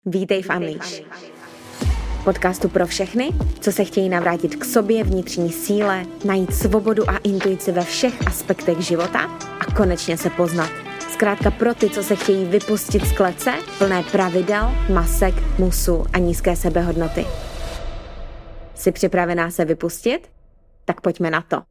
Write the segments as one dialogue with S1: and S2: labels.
S1: Vítej v Unleash. Podcastu pro všechny, co se chtějí navrátit k sobě, vnitřní síle, najít svobodu a intuici ve všech aspektech života a konečně se poznat. Zkrátka pro ty, co se chtějí vypustit z klece, plné pravidel, masek, musu a nízké sebehodnoty. Jsi připravená se vypustit? Tak pojďme na to.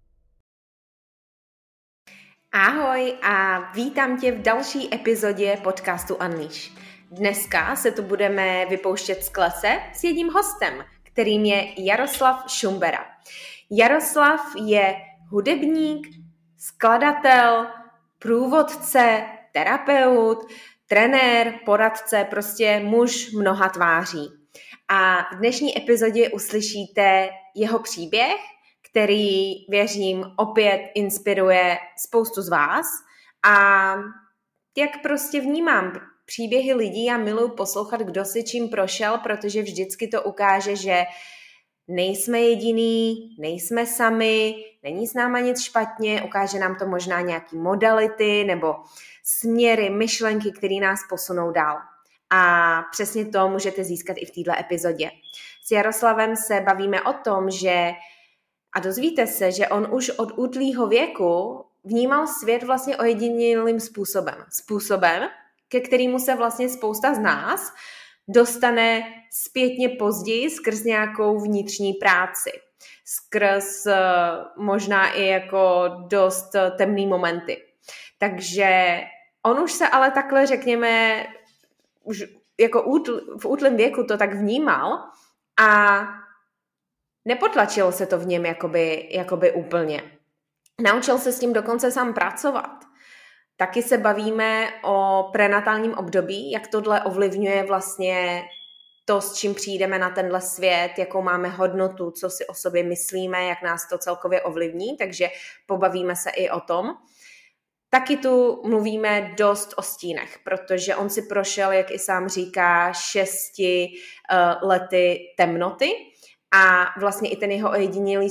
S1: Ahoj a vítám tě v další epizodě podcastu Unleash. Dneska se tu budeme vypouštět z klece s jedním hostem, kterým je Jaroslav Šumbera. Jaroslav je hudebník, skladatel, průvodce, terapeut, trenér, poradce, prostě muž mnoha tváří. A v dnešní epizodě uslyšíte jeho příběh, který, věřím, opět inspiruje spoustu z vás. A jak prostě vnímám příběhy lidí a miluji poslouchat, kdo si čím prošel, protože vždycky to ukáže, že nejsme jediný, nejsme sami, není s náma nic špatně, ukáže nám to možná nějaký modality nebo směry, myšlenky, které nás posunou dál. A přesně to můžete získat i v této epizodě. S Jaroslavem se bavíme o tom, že a dozvíte se, že on už od útlýho věku vnímal svět vlastně ojedinělým způsobem. Způsobem, ke kterému se vlastně spousta z nás dostane zpětně později skrz nějakou vnitřní práci. Skrz možná i jako dost temný momenty. Takže on už se ale takhle, řekněme, už jako v útlém věku to tak vnímal a nepotlačilo se to v něm jakoby úplně. Naučil se s tím dokonce sám pracovat. Taky se bavíme o prenatálním období, jak tohle ovlivňuje vlastně to, s čím přijdeme na tenhle svět, jakou máme hodnotu, co si o sobě myslíme, jak nás to celkově ovlivní, takže pobavíme se i o tom. Taky tu mluvíme dost o stínech, protože on si prošel, jak i sám říká, 6 lety temnoty a vlastně i ten jeho ojedinělý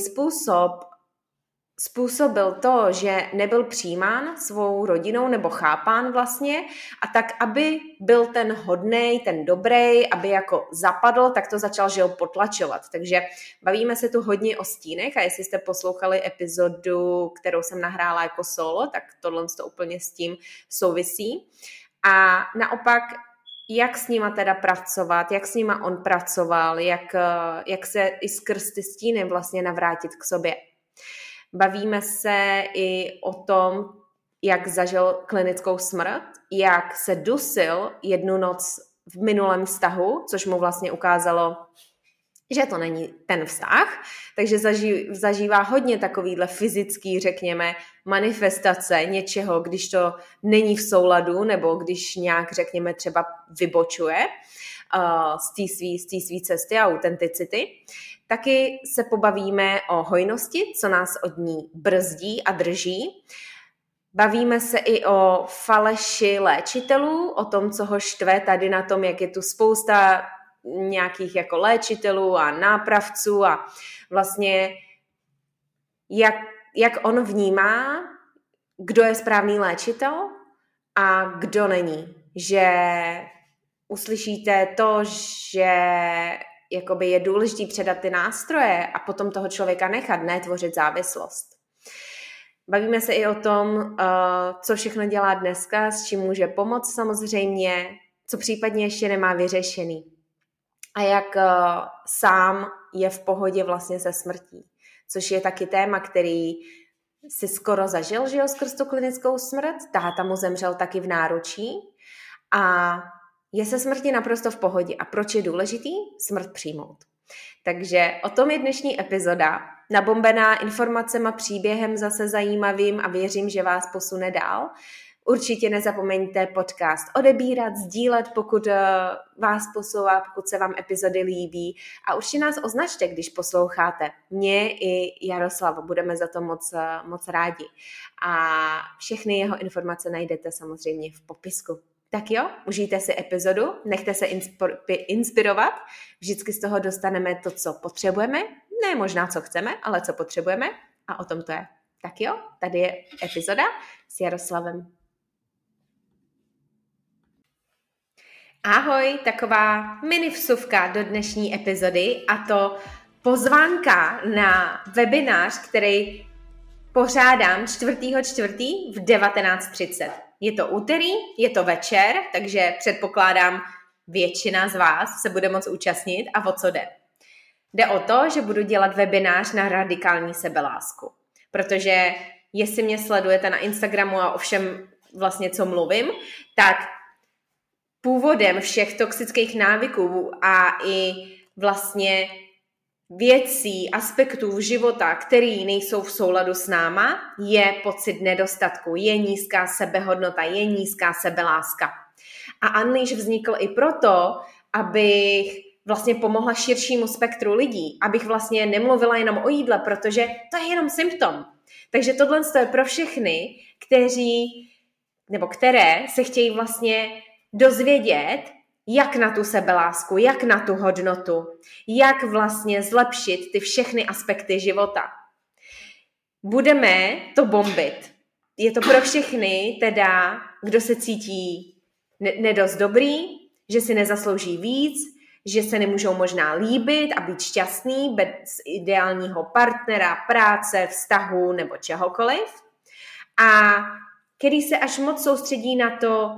S1: způsobil to, že nebyl přijímán svou rodinou nebo chápán vlastně a tak, aby byl ten hodnej, ten dobrý, aby jako zapadl, tak to začal, že ho potlačovat. Takže bavíme se tu hodně o stínech a jestli jste poslouchali epizodu, kterou jsem nahrála jako solo, tak tohle to úplně s tím souvisí. A naopak, jak s nima teda pracovat, jak s nima on pracoval, jak se i skrz ty stíny vlastně navrátit k sobě. Bavíme se i o tom, jak zažil klinickou smrt, jak se dusil jednu noc v minulém vztahu, což mu vlastně ukázalo, že to není ten vztah, takže zažívá hodně takovýhle fyzický, řekněme, manifestace něčeho, když to není v souladu, nebo když nějak, řekněme, třeba vybočuje z té svý cesty a autenticity. Taky se pobavíme o hojnosti, co nás od ní brzdí a drží. Bavíme se i o faleši léčitelů, o tom, co ho štve tady na tom, jak je tu spousta nějakých jako léčitelů a nápravců a vlastně jak on vnímá, kdo je správný léčitel a kdo není. Že uslyšíte to, že jakoby je důležité předat ty nástroje a potom toho člověka nechat, ne tvořit závislost. Bavíme se i o tom, co všechno dělá dneska, s čím může pomoct samozřejmě, co případně ještě nemá vyřešený. A jak sám je v pohodě vlastně se smrtí. Což je taky téma, který si skoro zažil, že jo, skrz tu klinickou smrt. Táta mu zemřel taky v náručí a je se smrti naprosto v pohodě. A proč je důležitý smrt přijmout? Takže o tom je dnešní epizoda, nabombená informacemi, příběhem zase zajímavým a věřím, že vás posune dál. Určitě nezapomeňte podcast odebírat, sdílet, pokud vás posouvá, pokud se vám epizody líbí a určitě nás označte, když posloucháte. Mě i Jaroslava, budeme za to moc rádi. A všechny jeho informace najdete samozřejmě v popisku. Tak jo, užijte si epizodu, nechte se inspirovat, vždycky z toho dostaneme to, co potřebujeme, ne možná, co chceme, ale co potřebujeme a o tom to je. Tak jo, tady je epizoda s Jaroslavem. Ahoj, taková mini vsuvka do dnešní epizody a to pozvánka na webinář, který pořádám 4.4. v 19:30. Je to úterý, je to večer, takže předpokládám, většina z vás se bude moct účastnit. A o co jde? Jde o to, že budu dělat webinář na radikální sebelásku, protože jestli mě sledujete na Instagramu a o všem vlastně, co mluvím, tak původem všech toxických návyků a i vlastně věcí, aspektů života, který nejsou v souladu s náma, je pocit nedostatku, je nízká sebehodnota, je nízká sebeláska. A Unleash vznikl i proto, abych vlastně pomohla širšímu spektru lidí, abych vlastně nemluvila jenom o jídle, protože to je jenom symptom. Takže tohle je pro všechny, které se chtějí vlastně dozvědět, jak na tu sebelásku, jak na tu hodnotu, jak vlastně zlepšit ty všechny aspekty života. Budeme to bombit. Je to pro všechny, teda, kdo se cítí nedost dobrý, že si nezaslouží víc, že se nemůžou možná líbit a být šťastný bez ideálního partnera, práce, vztahu nebo čehokoliv. A který se až moc soustředí na to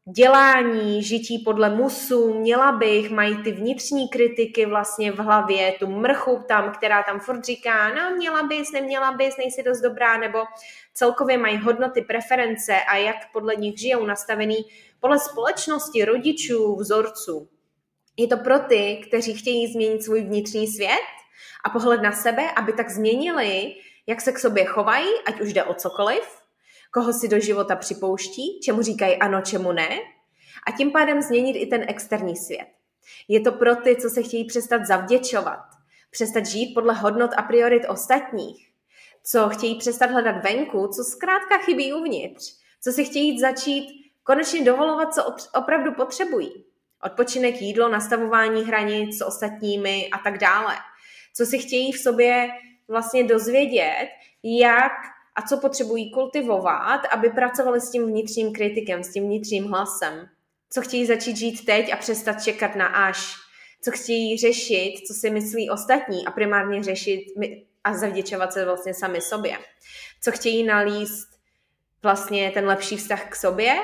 S1: dělání, žití podle musu, měla bych, mají ty vnitřní kritiky vlastně v hlavě, tu mrchu tam, která tam furt říká, no měla bys, neměla bys, nejsi dost dobrá, nebo celkově mají hodnoty, preference a jak podle nich žijou nastavený podle společnosti, rodičů, vzorců. Je to pro ty, kteří chtějí změnit svůj vnitřní svět a pohled na sebe, aby tak změnili, jak se k sobě chovají, ať už jde o cokoliv, koho si do života připouští, čemu říkají ano, čemu ne, a tím pádem změnit i ten externí svět. Je to pro ty, co se chtějí přestat zavděčovat, přestat žít podle hodnot a priorit ostatních, co chtějí přestat hledat venku, co zkrátka chybí uvnitř, co si chtějí začít konečně dovolovat, co opravdu potřebují. Odpočinek, jídlo, nastavování hranic s ostatními a tak dále. Co si chtějí v sobě vlastně dozvědět, jak a co potřebují kultivovat, aby pracovali s tím vnitřním kritikem, s tím vnitřním hlasem. Co chtějí začít žít teď a přestat čekat na až. Co chtějí řešit, co si myslí ostatní a primárně řešit a zavděčovat se vlastně sami sobě. Co chtějí nalíst vlastně ten lepší vztah k sobě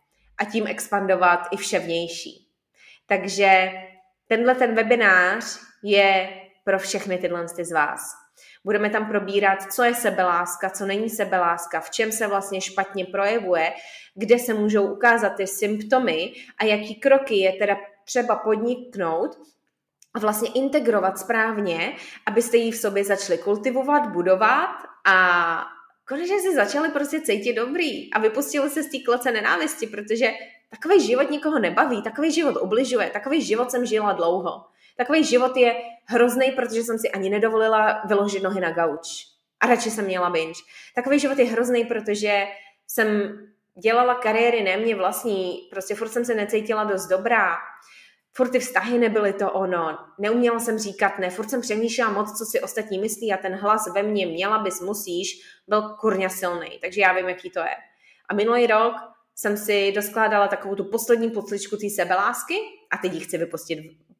S1: a tím expandovat i vše vnější. Takže ten webinář je pro všechny tyhle z vás. Budeme tam probírat, co je sebeláska, co není sebeláska, v čem se vlastně špatně projevuje, kde se můžou ukázat ty symptomy a jaký kroky je teda třeba podniknout a vlastně integrovat správně, abyste ji v sobě začali kultivovat, budovat a konečně si začali prostě cítit dobrý a vypustili se z té klece nenávisti, protože takový život nikoho nebaví, takový život ubližuje, takový život jsem žila dlouho. Takový život je hrozný, protože jsem si ani nedovolila vyložit nohy na gauč. A radši jsem měla binge. Takový život je hrozný, protože jsem dělala kariéry ne mě vlastní, prostě furt jsem se necítila dost dobrá. Furt ty vztahy nebyly to ono. Neuměla jsem říkat ne, furt jsem přemýšlela moc, co si ostatní myslí a ten hlas ve mně měla bys, musíš, byl kurňa silný. Takže já vím, jaký to je. A minulý rok jsem si doskládala takovou tu poslední pocličku té sebelásky a teď ji chci vypustit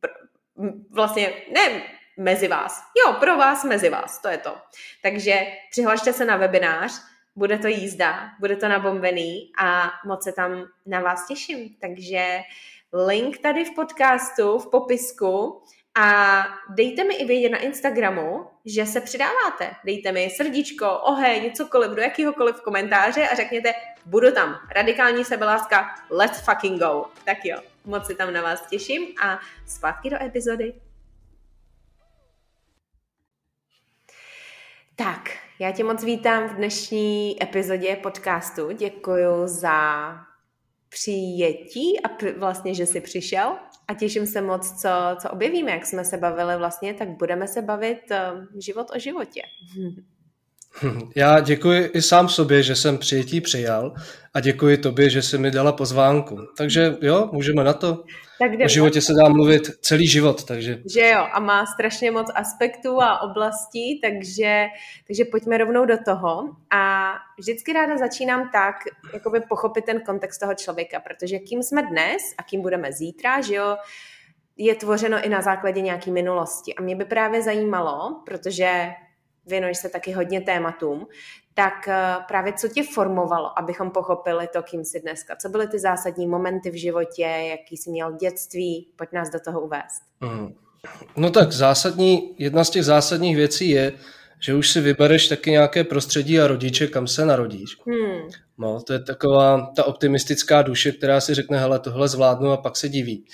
S1: vlastně, ne mezi vás. Jo, pro vás, mezi vás, to je to. Takže přihlašte se na webinář, bude to jízda, bude to nabombený a moc se tam na vás těším. Takže link tady v podcastu, v popisku a dejte mi i vědět na Instagramu, že se přidáváte. Dejte mi srdíčko, oheň, cokoliv, do jakýhokoliv komentáře a řekněte, budu tam. Radikální sebeláska, let's fucking go. Tak jo, moc se tam na vás těším a zpátky do epizody. Tak, já tě moc vítám v dnešní epizodě podcastu. Děkuju za přijetí a vlastně, že jsi přišel a těším se moc, co objevíme, jak jsme se bavili vlastně, tak budeme se bavit život o životě.
S2: Já děkuji i sám sobě, že jsem přijetí přijal a děkuji tobě, že jsi mi dala pozvánku. Takže jo, můžeme na to.
S1: Tak
S2: O životě se dá mluvit celý život, takže...
S1: Že jo, a má strašně moc aspektů a oblastí, takže pojďme rovnou do toho. A vždycky ráda začínám tak, jakoby pochopit ten kontext toho člověka, protože kým jsme dnes a kým budeme zítra, že jo, je tvořeno i na základě nějaké minulosti. A mě by právě zajímalo, protože věnuješ se taky hodně tématům, tak právě co tě formovalo, abychom pochopili to, kým jsi dneska? Co byly ty zásadní momenty v životě, jaký jsi měl dětství? Pojď nás do toho uvést.
S2: No tak jedna z těch zásadních věcí je, že už si vybereš taky nějaké prostředí a rodiče, kam se narodíš. No, to je taková ta optimistická duše, která si řekne, hele, tohle zvládnu a pak se diví.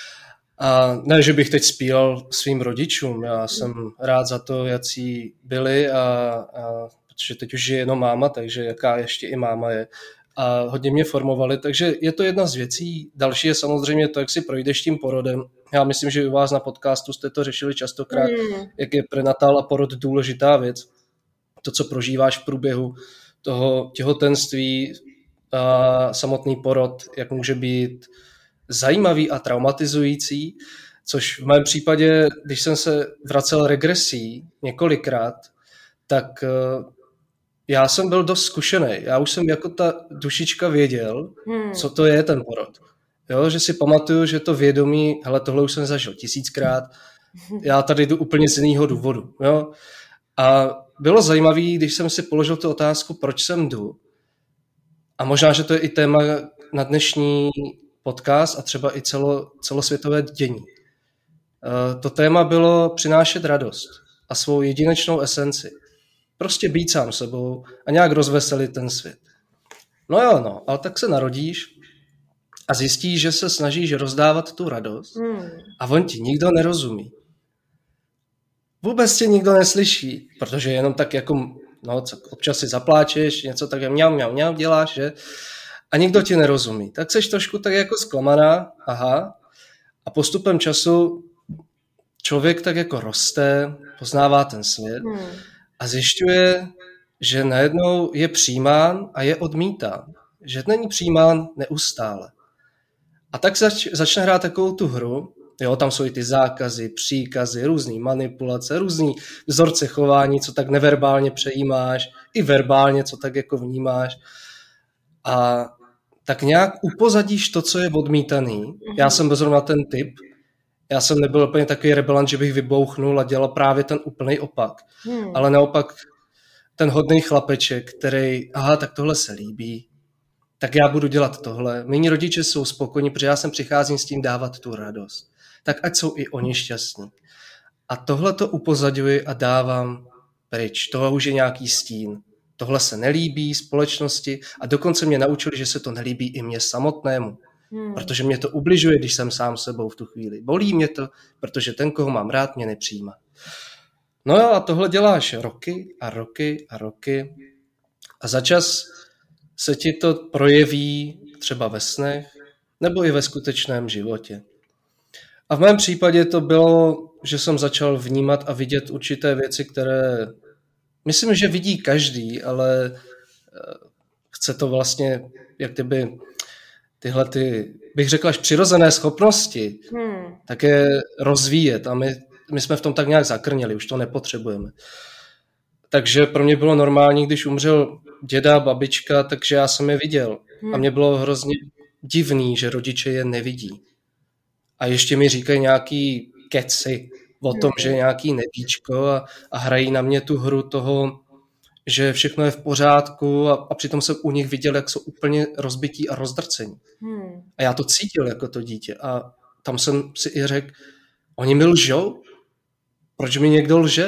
S2: A ne, že bych teď spíral svým rodičům, já jsem rád za to, jací byli, protože teď už je jenom máma, takže jaká ještě i máma je. A hodně mě formovali, takže je to jedna z věcí. Další je samozřejmě to, jak si projdeš tím porodem. Já myslím, že u vás na podcastu jste to řešili častokrát, jak je prenatál a porod důležitá věc. To, co prožíváš v průběhu toho těhotenství, a samotný porod, jak může být zajímavý a traumatizující, což v mém případě, když jsem se vracel regresí několikrát, tak já jsem byl dost zkušený. Já už jsem jako ta dušička věděl, co to je ten porod. Jo, že si pamatuju, že to vědomí, hele, tohle už jsem zažil 1000krát, já tady jdu úplně z jiného důvodu. Jo? A bylo zajímavé, když jsem si položil tu otázku, proč sem jdu. A možná, že to je i téma na dnešní podcast a třeba i celosvětové dění. To téma bylo přinášet radost a svou jedinečnou esenci. Prostě být sám sebou a nějak rozveselit ten svět. No jo, no, ale tak se narodíš a zjistíš, že se snažíš rozdávat tu radost a on ti nikdo nerozumí. Vůbec tě nikdo neslyší, protože jenom tak jako, no, občas si zapláčeš, něco tak mňau děláš, že? A nikdo ti nerozumí. Tak seš trošku tak jako zklamaná, a postupem času člověk tak jako roste, poznává ten svět a zjišťuje, že najednou je přijímán a je odmítán. Že není přijímán neustále. A tak začne hrát takovou tu hru, jo, tam jsou i ty zákazy, příkazy, různý manipulace, různý vzorce chování, co tak neverbálně přejímáš, i verbálně, co tak jako vnímáš. A tak nějak upozadíš to, co je odmítaný. Já jsem byl zrovna ten typ. Já jsem nebyl úplně takový rebelant, že bych vybouchnul a dělal právě ten úplný opak. Ale naopak ten hodný chlapeček, který, tak tohle se líbí, tak já budu dělat tohle. Mí rodiče jsou spokojení, protože já sem přicházím s tím dávat tu radost. Tak ať jsou i oni šťastní. A tohle to upozaďuji a dávám pryč. Tohle už je nějaký stín. Tohle se nelíbí společnosti a dokonce mě naučili, že se to nelíbí i mně samotnému. Protože mě to ubližuje, když jsem sám sebou v tu chvíli. Bolí mě to, protože ten, koho mám rád, mě nepřijímá. No jo, a tohle děláš roky a roky a roky a za čas se ti to projeví třeba ve snech nebo i ve skutečném životě. A v mém případě to bylo, že jsem začal vnímat a vidět určité věci, které myslím, že vidí každý, ale chce to vlastně, jak kdyby tyhle bych řekl až přirozené schopnosti, tak je rozvíjet a my jsme v tom tak nějak zakrněli, už to nepotřebujeme. Takže pro mě bylo normální, když umřel děda, babička, takže já jsem je viděl. A mě bylo hrozně divný, že rodiče je nevidí. A ještě mi říkají nějaký keci o tom, že je nějaký nevíčko a hrají na mě tu hru toho, že všechno je v pořádku a přitom jsem u nich viděl, jak jsou úplně rozbití a rozdrcení. A já to cítil jako to dítě a tam jsem si i řekl, oni mi lžou? Proč mi někdo lže?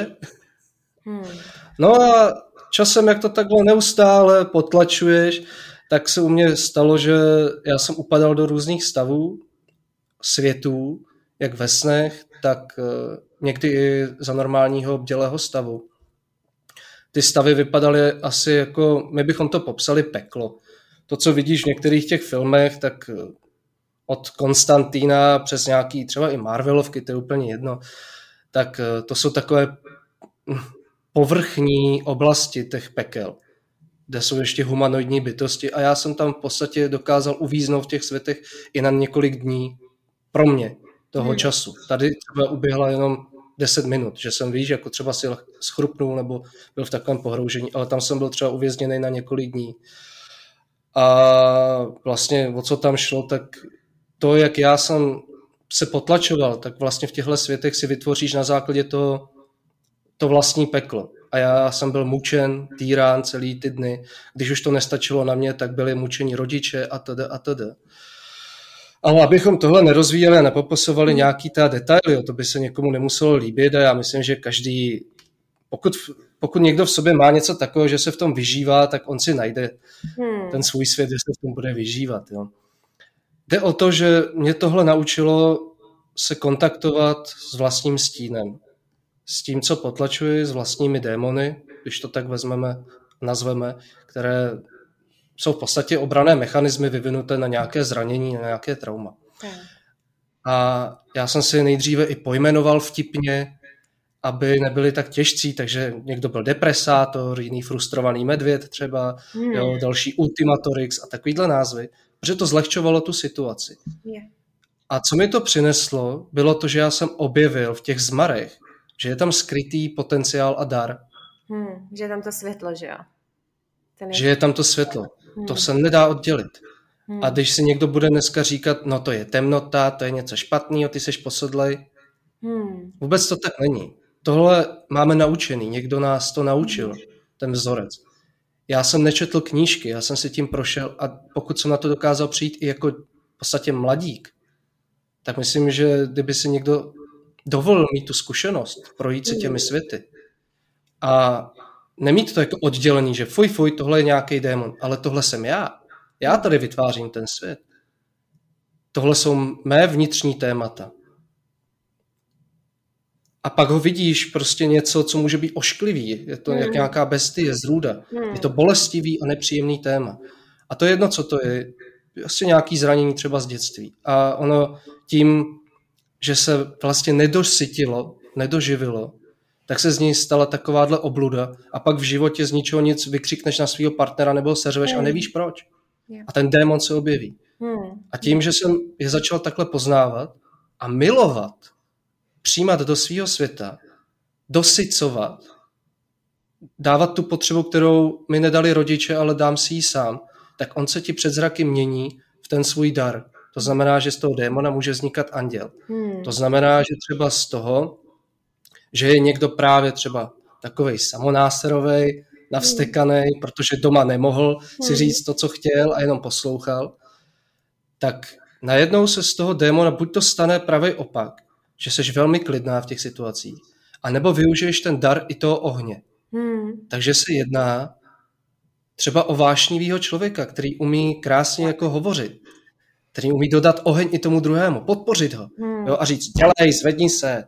S2: No a časem, jak to takhle neustále potlačuješ, tak se u mě stalo, že já jsem upadal do různých stavů, světů, jak ve snech, tak někdy i za normálního bdělého stavu. Ty stavy vypadaly asi jako, my bychom to popsali peklo. To, co vidíš v některých těch filmech, tak od Konstantína přes nějaký třeba i Marvelovky, to je úplně jedno, tak to jsou takové povrchní oblasti těch pekel, kde jsou ještě humanoidní bytosti a já jsem tam v podstatě dokázal uvíznout v těch světech i na několik dní pro mě toho času. Tady třeba uběhla jenom 10 minut, že jsem, víš, jako třeba si schrupnul nebo byl v takovém pohroužení, ale tam jsem byl třeba uvězněný na několik dní. A vlastně o co tam šlo, tak to, jak já jsem se potlačoval, tak vlastně v těchto světech si vytvoříš na základě toho to vlastní peklo. A já jsem byl mučen, týrán celý ty dny. Když už to nestačilo na mě, tak byli mučeni rodiče a td. Ale abychom tohle nerozvíjeli a nepopisovali nějaký ta detaily, to by se někomu nemuselo líbit a já myslím, že každý, pokud někdo v sobě má něco takového, že se v tom vyžívá, tak on si najde ten svůj svět, že se v tom bude vyžívat. Jo. Jde o to, že mě tohle naučilo se kontaktovat s vlastním stínem. S tím, co potlačuji, s vlastními démony, když to tak nazveme, které jsou v podstatě obranné mechanismy vyvinuté na nějaké zranění, na nějaké trauma. A já jsem si nejdříve i pojmenoval vtipně, aby nebyli tak těžcí, takže někdo byl depresátor, jiný frustrovaný medvěd třeba, jo, další ultimatorix a takovýhle názvy, protože to zlehčovalo tu situaci. A co mi to přineslo, bylo to, že já jsem objevil v těch zmarech, že je tam skrytý potenciál a dar.
S1: Že je tam to světlo, že jo?
S2: Že je tam to světlo. To se nedá oddělit. A když si někdo bude dneska říkat, no to je temnota, to je něco špatného, ty seš posedlej. Vůbec to tak není. Tohle máme naučený, někdo nás to naučil, ten vzorec. Já jsem nečetl knížky, já jsem si tím prošel a pokud jsem na to dokázal přijít i jako v podstatě mladík, tak myslím, že kdyby si někdo dovolil mít tu zkušenost, projít si těmi světy a nemít to jako oddělený, že fuj, tohle je nějaký démon, ale tohle jsem já. Já tady vytvářím ten svět. Tohle jsou mé vnitřní témata. A pak ho vidíš prostě něco, co může být ošklivý. Je to jak nějaká bestie, zrůda. Je to bolestivý a nepříjemný téma. A to je jedno, co to je. Asi nějaký zranění třeba z dětství. A ono tím, že se vlastně nedoživilo, tak se z ní stala takováhle obluda a pak v životě z ničeho nic vykřikneš na svého partnera nebo seřveš a nevíš proč. A ten démon se objeví. A tím, že jsem je začal takhle poznávat a milovat, přijímat do svého světa, dosycovat, dávat tu potřebu, kterou mi nedali rodiče, ale dám si ji sám, tak on se ti před zraky mění v ten svůj dar. To znamená, že z toho démona může vznikat anděl. To znamená, že třeba z toho, že je někdo právě třeba takovej samonáserovej, navstekanej, protože doma nemohl si říct to, co chtěl a jenom poslouchal, tak najednou se z toho démona buď to stane pravý opak, že seš velmi klidná v těch situacích, anebo využiješ ten dar i toho ohně. Takže se jedná třeba o vášnivýho člověka, který umí krásně jako hovořit, který umí dodat oheň i tomu druhému, podpořit ho, jo, a říct, dělej, zvedni se.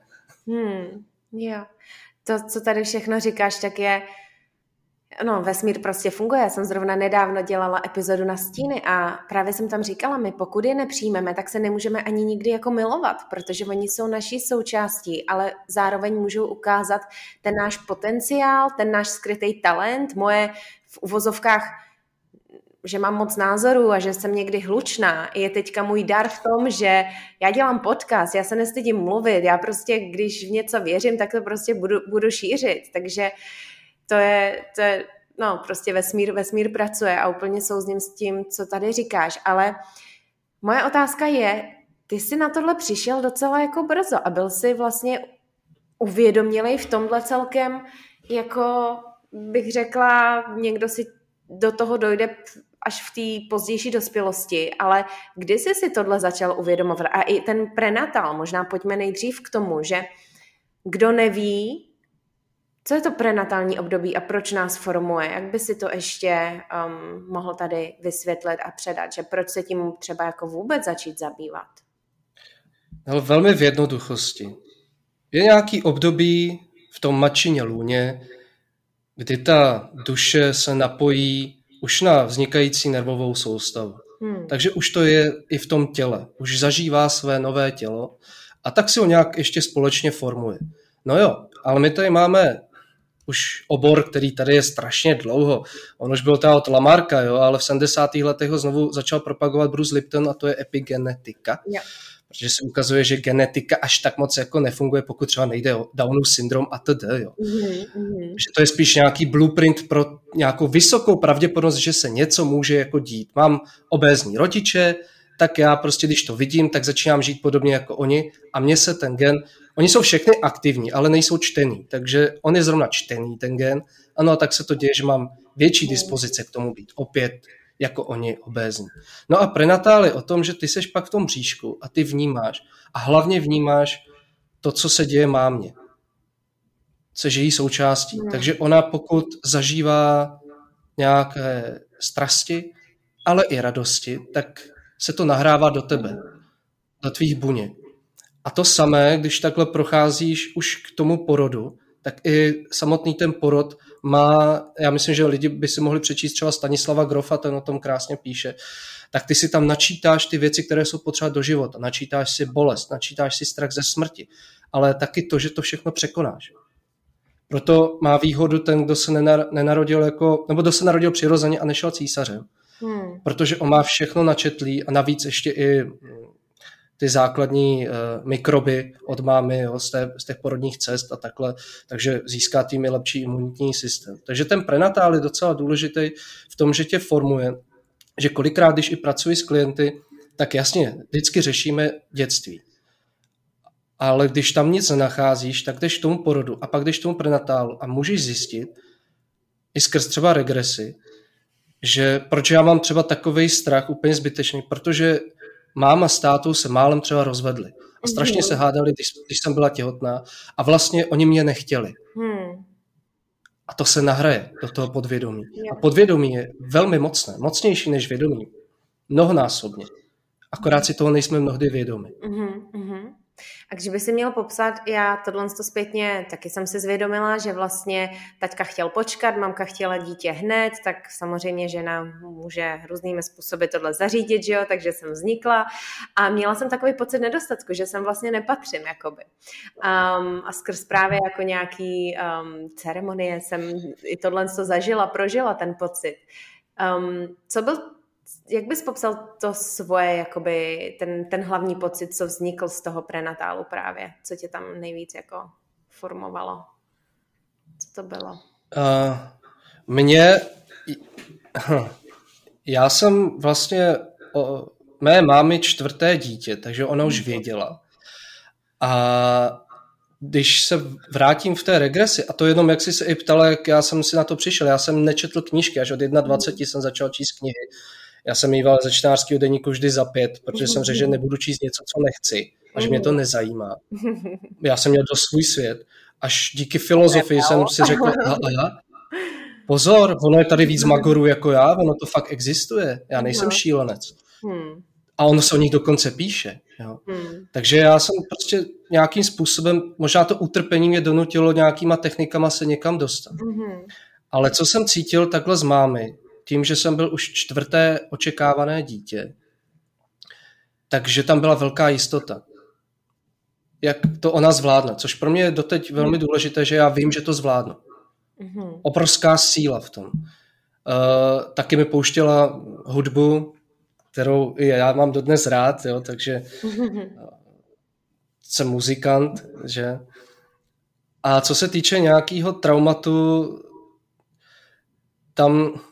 S1: Jo. To, co tady všechno říkáš, tak je, no, vesmír prostě funguje. Já jsem zrovna nedávno dělala epizodu na stíny a právě jsem tam říkala, my pokud je nepřijmeme, tak se nemůžeme ani nikdy jako milovat, protože oni jsou naší součástí, ale zároveň můžou ukázat ten náš potenciál, ten náš skrytý talent, moje v uvozovkách, že mám moc názorů a že jsem někdy hlučná. Je teďka můj dar v tom, že já dělám podcast, já se nestydím mluvit, já prostě, když v něco věřím, tak to prostě budu šířit. Takže to je no, prostě vesmír pracuje a úplně souzním s tím, co tady říkáš. Ale moje otázka je, ty jsi na tohle přišel docela jako brzo a byl jsi vlastně uvědomělej v tomhle celkem, jako bych řekla, někdo si do toho dojde až v té pozdější dospělosti, ale kdy jsi si tohle začal uvědomovat? A i ten prenatal, možná pojďme nejdřív k tomu, že kdo neví, co je to prenatální období a proč nás formuje, jak by si to ještě mohl tady vysvětlit a předat, že proč se tím třeba jako vůbec začít zabývat?
S2: Ale velmi v jednoduchosti. Je nějaký období v tom matčině lůně, kdy ta duše se napojí už na vznikající nervovou soustavu. Takže už to je i v tom těle. Už zažívá své nové tělo a tak si ho nějak ještě společně formuje. No jo, ale my tady máme už obor, který tady je strašně dlouho. On už byl teda od Lamarcka, jo, ale v 70. letech ho znovu začal propagovat Bruce Lipton a to je epigenetika.
S1: Yeah.
S2: Protože se ukazuje, že genetika až tak moc jako nefunguje, pokud třeba nejde o Downův syndrom a td. Jo. Že to je spíš nějaký blueprint pro nějakou vysokou pravděpodobnost, že se něco může jako dít. Mám obézní rodiče, tak já prostě, když to vidím, tak začínám žít podobně jako oni a mně se ten gen, oni jsou všechny aktivní, ale nejsou čtený, takže on je zrovna čtený, ten gen, ano, a tak se to děje, že mám větší dispozice k tomu být opět jako oni obézní. No a prenatál je o tom, že ty seš pak v tom bříšku a ty vnímáš a hlavně vnímáš to, co se děje mámě. Se její součástí. Takže ona pokud zažívá nějaké strasti, ale i radosti, tak se to nahrává do tebe, do tvých buněk. A to samé, když takhle procházíš už k tomu porodu, tak i samotný ten porod má, já myslím, že lidi by si mohli přečíst třeba Stanislava Grofa, ten o tom krásně píše, tak ty si tam načítáš ty věci, které jsou potřeba do života. Načítáš si bolest, načítáš si strach ze smrti, ale taky to, že to všechno překonáš. Proto má výhodu ten, kdo se nenarodil jako, nebo kdo se narodil přirozeně a nešel císařem. Protože on má všechno načetlý a navíc ještě i ty základní mikroby od mámy, jo, z těch porodních cest a takhle, takže získá tím i lepší imunitní systém. Takže ten prenatál je docela důležitý v tom, že tě formuje, že kolikrát, když i pracuji s klienty, tak jasně, vždycky řešíme dětství. Ale když tam nic nenacházíš, tak jdeš k tomu porodu a pak jdeš k tomu prenatálu a můžeš zjistit, i skrz třeba regresy, že proč já mám třeba takovej strach úplně zbytečný, protože máma s tátou se málem třeba rozvedli a strašně se hádali, když jsem byla těhotná a vlastně oni mě nechtěli. A to se nahraje do toho podvědomí. A podvědomí je velmi mocné, mocnější než vědomí. Mnohonásobně. Akorát si toho nejsme mnohdy vědomi.
S1: A když by si měl popsat, já tohle zpětně taky jsem si zvědomila, že vlastně taťka chtěl počkat, mamka chtěla dítě hned, tak samozřejmě žena může různými způsoby tohle zařídit, že jo, takže jsem vznikla a měla jsem takový pocit nedostatku, že jsem vlastně nepatřím, jakoby. A skrz právě jako nějaký ceremonie jsem i tohle zažila, prožila ten pocit. Jak bys popsal to svoje, jakoby ten hlavní pocit, co vznikl z toho prenatálu právě? Co tě tam nejvíc jako formovalo? Co to bylo?
S2: Já jsem vlastně mé mámy 4. dítě, takže ona už věděla. A když se vrátím v té regresi, a to jenom, jak jsi se i ptala, jak já jsem si na to přišel, já jsem nečetl knížky, až od 21 jsem začal číst knihy. Já jsem mýval ze čtenářského deníku vždy za 5, protože jsem řekl, že nebudu číst něco, co nechci a že mě to nezajímá. Já jsem měl dost svůj svět. Až díky filozofii jsem si řekl, pozor, ono je tady víc magorů jako já, ono to fakt existuje. Já nejsem šílenec. A ono se o nich dokonce píše. Jo. Takže já jsem prostě nějakým způsobem, možná to utrpení mě donutilo nějakýma technikama se někam dostat. Ale co jsem cítil takhle z mámy, tím, že jsem byl už 4. očekávané dítě, takže tam byla velká jistota. Jak to ona zvládne, což pro mě je doteď velmi důležité, že já vím, že to zvládnu. Obrovská síla v tom. Taky mi pouštěla hudbu, kterou já mám dodnes rád, jo, takže jsem muzikant, že? A co se týče nějakého traumatu, tam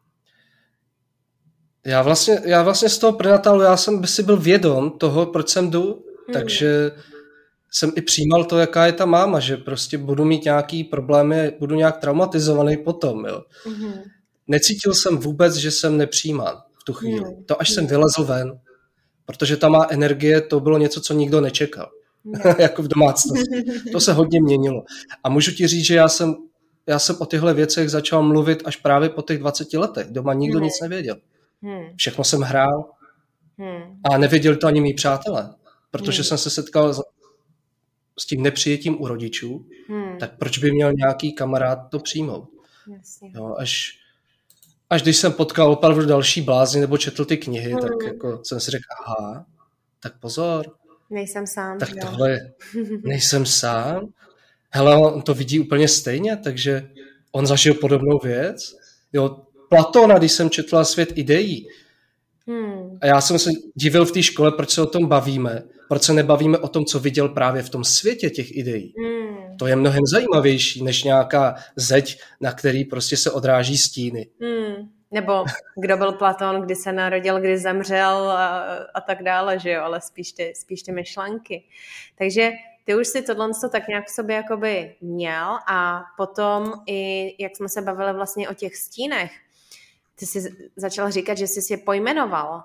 S2: já vlastně z toho prenatálu, já jsem si byl vědom toho, proč jsem jdu, takže jsem i přijímal to, jaká je ta máma, že prostě budu mít nějaký problémy, budu nějak traumatizovaný potom, jo. Necítil jsem vůbec, že jsem nepřijímán v tu chvíli. To až jsem vylezl ven, protože ta má energie, to bylo něco, co nikdo nečekal. Jako v domácnosti. To se hodně měnilo. A můžu ti říct, že já jsem o těchto věcech začal mluvit až právě po těch 20 letech. Doma nikdo nic nevěděl. Všechno jsem hrál a nevěděli to ani mý přátelé, protože jsem se setkal s tím nepřijetím u rodičů, tak proč by měl nějaký kamarád to přijmout? Jo, až když jsem potkal opravdu další blázni nebo četl ty knihy, tak jako jsem si řekl, tak pozor.
S1: Nejsem sám.
S2: Tak tohle nejsem sám. hele, on to vidí úplně stejně, takže on zažil podobnou věc. Jo, Platona, když jsem četla Svět ideí, a já jsem se divil v té škole, proč se o tom bavíme, proč se nebavíme o tom, co viděl právě v tom světě těch ideí. To je mnohem zajímavější, než nějaká zeď, na který prostě se odráží stíny.
S1: Nebo kdo byl Platón, kdy se narodil, kdy zemřel a tak dále, že jo, ale spíš ty myšlenky. Takže ty už si tohle tak nějak v sobě jakoby měl a potom i, jak jsme se bavili vlastně o těch stínech, ty jsi začal říkat, že jsi je pojmenoval.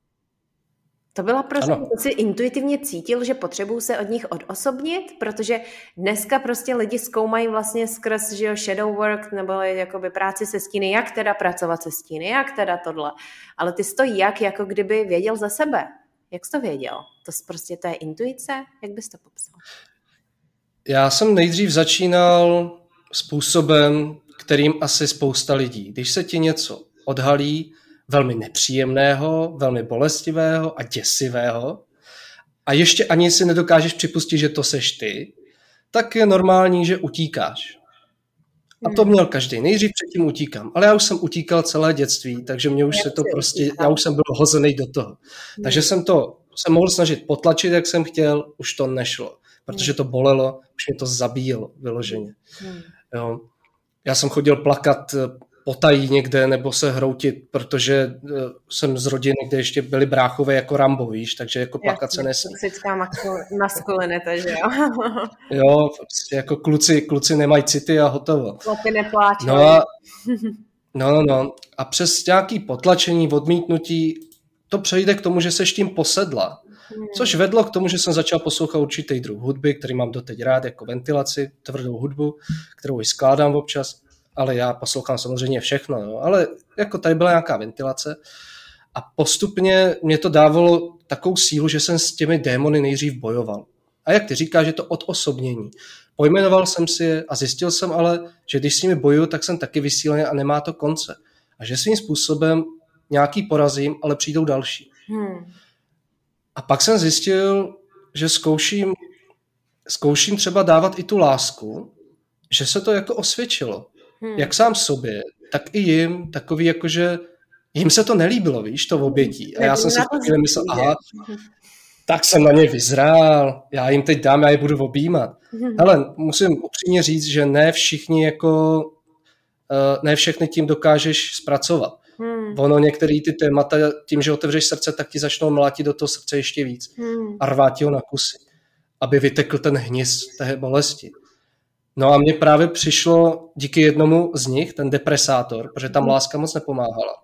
S1: To byla prostě, že jsi intuitivně cítil, že potřebuju se od nich odosobnit, protože dneska prostě lidi zkoumají vlastně skrz, že jo, shadow work, nebo jakoby práci se stíny, jak teda pracovat se stíny, jak teda tohle. Ale ty jsi to jako kdyby věděl za sebe. Jak jsi to věděl? To je intuice? Jak bys to popsal?
S2: Já jsem nejdřív začínal způsobem, kterým asi spousta lidí. Když se ti něco odhalí, velmi nepříjemného, velmi bolestivého a děsivého a ještě ani si nedokážeš připustit, že to seš ty, tak je normální, že utíkáš. A to měl každý. Nejdřív předtím utíkám, ale já už jsem utíkal celé dětství, takže mě už se to prostě, já už jsem byl hozený do toho. Takže jsem mohl snažit potlačit, jak jsem chtěl, už to nešlo, protože to bolelo, už mě to zabíjelo vyloženě. Jo. Já jsem chodil plakat potají někde nebo se hroutit, protože jsem z rodiny, kde ještě byli bráchové jako Rambo, víš, takže jako plakat se nesmí.
S1: Toxická maskulinita, že jo?
S2: Jo, prostě jako kluci nemají city a hotovo.
S1: Chlapi nepláčou.
S2: No. A přes nějaký potlačení, odmítnutí, to přejde k tomu, že seš tím posedla. Což vedlo k tomu, že jsem začal poslouchat určitý druh hudby, který mám doteď rád, jako ventilaci, tvrdou hudbu, kterou i skládám občas. Ale já poslouchám samozřejmě všechno, jo. Ale jako tady byla nějaká ventilace a postupně mě to dávalo takovou sílu, že jsem s těmi démony nejdřív bojoval. A jak ty říkáš, že to odosobnění. Pojmenoval jsem si je a zjistil jsem ale, že když s nimi bojuju, tak jsem taky vysílený a nemá to konce. A že svým způsobem nějaký porazím, ale přijdou další. A pak jsem zjistil, že zkouším třeba dávat i tu lásku, že se to jako osvědčilo. Jak sám sobě, tak i jim, takový jakože jim se to nelíbilo, víš, to obětí. A já jsem si v chvíli myslel, tak jsem na ně vyzrál, já jim teď dám, já je budu objímat. Hele, musím upřímně říct, že ne všechny tím dokážeš zpracovat. Ono některé ty témata, tím, že otevřeš srdce, tak ti začnou mlátit do toho srdce ještě víc a rvát ho na kusy, aby vytekl ten hnis té bolesti. No a mně právě přišlo díky jednomu z nich, ten depresátor, protože tam láska moc nepomáhala.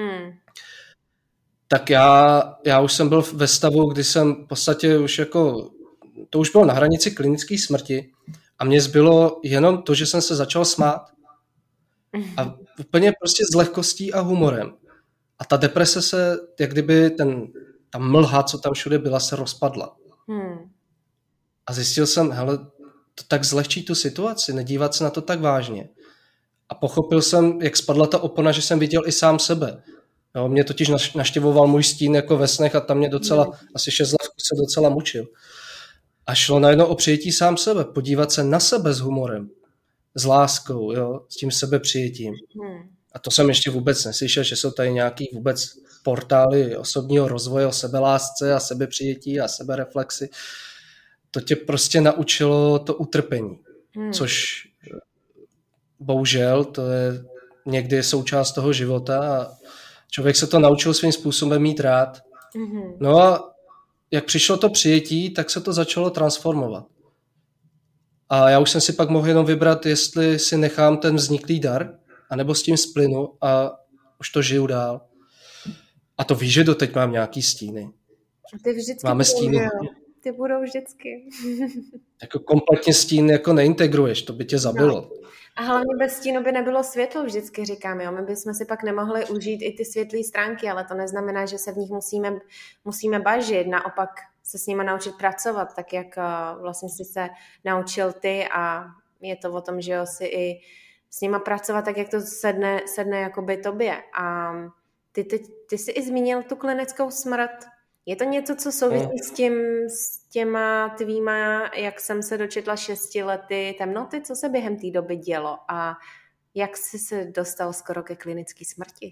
S2: Tak já už jsem byl ve stavu, kdy jsem v podstatě už jako, to už bylo na hranici klinické smrti a mně zbylo jenom to, že jsem se začal smát. A úplně prostě s lehkostí a humorem. A ta deprese se, jak kdyby ta mlha, co tam všude byla, se rozpadla. A zjistil jsem, hele, to tak zlehčí tu situaci, nedívat se na to tak vážně. A pochopil jsem, jak spadla ta opona, že jsem viděl i sám sebe. Jo, mě totiž naštěvoval můj stín jako ve snech a tam mě docela, asi 6 let se docela mučil. A šlo najednou o přijetí sám sebe, podívat se na sebe s humorem, s láskou, jo, s tím sebepřijetím. A to jsem ještě vůbec neslyšel, že jsou tady nějaký vůbec portály osobního rozvoje o sebelásce a sebepřijetí a sebereflexi. To tě prostě naučilo to utrpení, což bohužel to je někdy součást toho života a člověk se to naučil svým způsobem mít rád. No a jak přišlo to přijetí, tak se to začalo transformovat. A já už jsem si pak mohl jenom vybrat, jestli si nechám ten vzniklý dar, anebo s tím splynu a už to žiju dál. A to víš, že doteď mám nějaký stíny.
S1: Ty vždycky
S2: máme stíny.
S1: Ty budou vždycky.
S2: Jako kompletně stín jako neintegruješ, to by tě zabilo.
S1: No. A hlavně bez stínu by nebylo světlo, vždycky říkám, jo. My bychom si pak nemohli užít i ty světlé stránky, ale to neznamená, že se v nich musíme bažit, naopak se s nimi naučit pracovat, tak jak vlastně si se naučil ty a je to o tom, že jo, si i s nima pracovat tak, jak to sedne jakoby tobě. A ty jsi i zmínil tu klinickou smrt. Je to něco, co souvisí s těma tvýma, jak jsem se dočetla, 6 lety temnoty? Co se během té doby dělo a jak jsi se dostal skoro ke klinické smrti?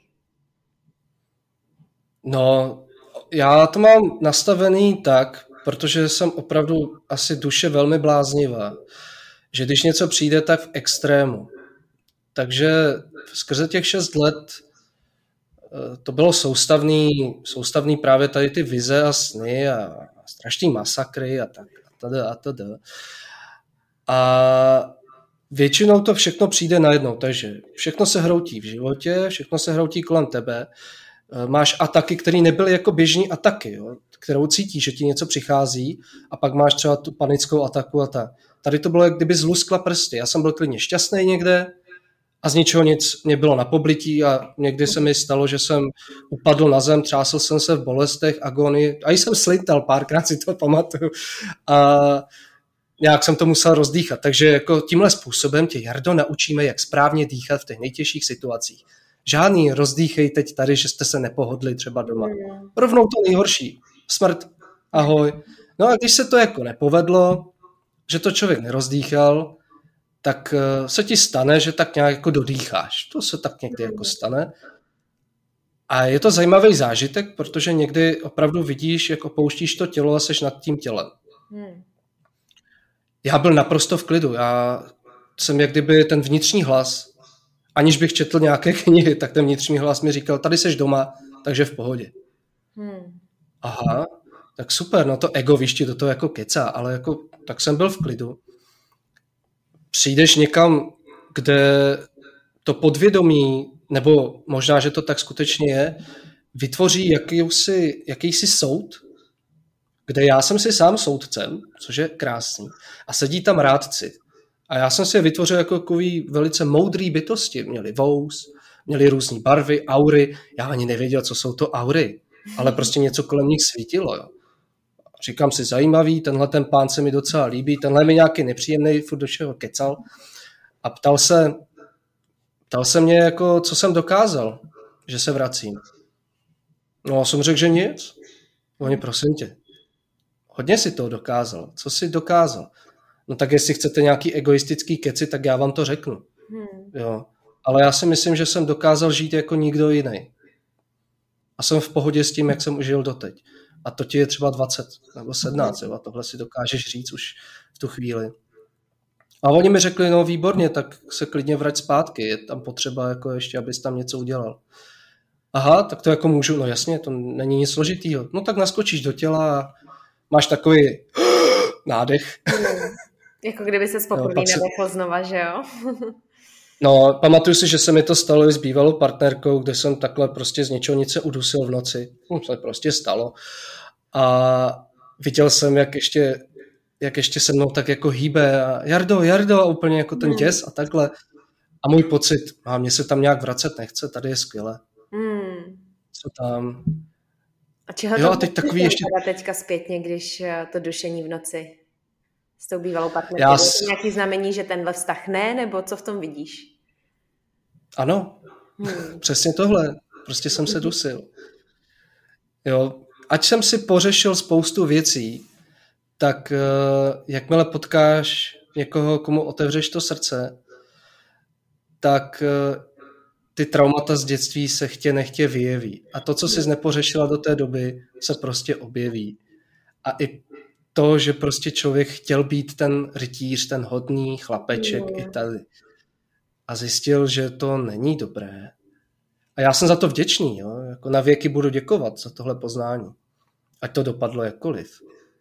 S2: No, já to mám nastavený tak, protože jsem opravdu asi duše velmi bláznivá, že když něco přijde, tak v extrému. Takže skrze těch 6 let to bylo soustavný právě tady ty vize a sny a strašný masakry a tak a tada. A většinou to všechno přijde najednou, takže všechno se hroutí v životě, všechno se hroutí kolem tebe. Máš ataky, které nebyly jako běžní ataky, jo, kterou cítíš, že ti něco přichází a pak máš třeba tu panickou ataku a tak. Tady to bylo, jak kdyby zluskla prsty. Já jsem byl klidně šťastný někde a z ničeho nic mě bylo na poblití a někdy se mi stalo, že jsem upadl na zem, třásl jsem se v bolestech, agonii a jsem slintal, párkrát si to pamatuju a nějak jsem to musel rozdýchat. Takže jako tímhle způsobem tě, Jardo, naučíme, jak správně dýchat v těch nejtěžších situacích. Žádný rozdýchej teď tady, že jste se nepohodli třeba doma. Rovnou to nejhorší. Smrt. Ahoj. No a když se to jako nepovedlo, že to člověk nerozdýchal, tak se ti stane, že tak nějak jako dodýcháš. To se tak někdy jako stane. A je to zajímavý zážitek, protože někdy opravdu vidíš, jak opouštíš to tělo a seš nad tím tělem. Já byl naprosto v klidu. Já jsem jak kdyby ten vnitřní hlas, aniž bych četl nějaké knihy, tak ten vnitřní hlas mi říkal, tady seš doma, takže v pohodě. Aha, tak super, no to ego, víš, ti do toho jako kecá, ale jako, tak jsem byl v klidu. Přijdeš někam, kde to podvědomí, nebo možná, že to tak skutečně je, vytvoří jakýsi soud, kde já jsem si sám soudcem, což je krásný, a sedí tam rádci. A já jsem si je vytvořil jako takový velice moudrý bytosti. Měli vous, měli různé barvy, aury. Já ani nevěděl, co jsou to aury, ale prostě něco kolem nich svítilo. Jo. Říkám si, zajímavý, tenhle ten pán se mi docela líbí, tenhle mi nějaký nepříjemný, furt do čeho kecal. A ptal se mě, jako, co jsem dokázal, že se vracím. No a jsem řekl, že nic. Oni, prosím tě, hodně si toho dokázal. Co jsi dokázal? No tak jestli chcete nějaký egoistický keci, tak já vám to řeknu. Jo. Ale já si myslím, že jsem dokázal žít jako nikdo jiný. A jsem v pohodě s tím, jak jsem žil doteď. A to ti je třeba 20 nebo 17, jo, a tohle si dokážeš říct už v tu chvíli. A oni mi řekli, no výborně, tak se klidně vrať zpátky, je tam potřeba jako ještě, abys tam něco udělal. Aha, tak to jako můžu, no jasně, to není nic složitýho. No tak naskočíš do těla a máš takový nádech.
S1: Jako kdyby se poprvé nedechl znova, že jo?
S2: No, pamatuju si, že se mi to stalo i s bývalou partnerkou, kde jsem takhle prostě z ničeho nic se udusil v noci. To se prostě stalo. A viděl jsem, jak ještě se mnou tak jako hýbe a Jardo, a úplně jako ten děs a takhle. A můj pocit, a mě se tam nějak vracet nechce, tady je skvěle. Co tam?
S1: A čeho jo, a teď takový ještě teďka zpětně, když to dušení v noci s tou bývalou partnerkou? Je to nějaký znamení, že tenhle vztah ne, nebo co v tom vidíš?
S2: Ano, přesně tohle. Prostě jsem se dusil. Jo, ať jsem si pořešil spoustu věcí, tak jakmile potkáš někoho, komu otevřeš to srdce, tak ty traumata z dětství se chtě nechtě vyjeví. A to, co jsi nepořešila do té doby, se prostě objeví. A i to, že prostě člověk chtěl být ten rytíř, ten hodný chlapeček i tady. A zjistil, že to není dobré. A já jsem za to vděčný. Jo? Jako na věky budu děkovat za tohle poznání. Ať to dopadlo jakkoliv.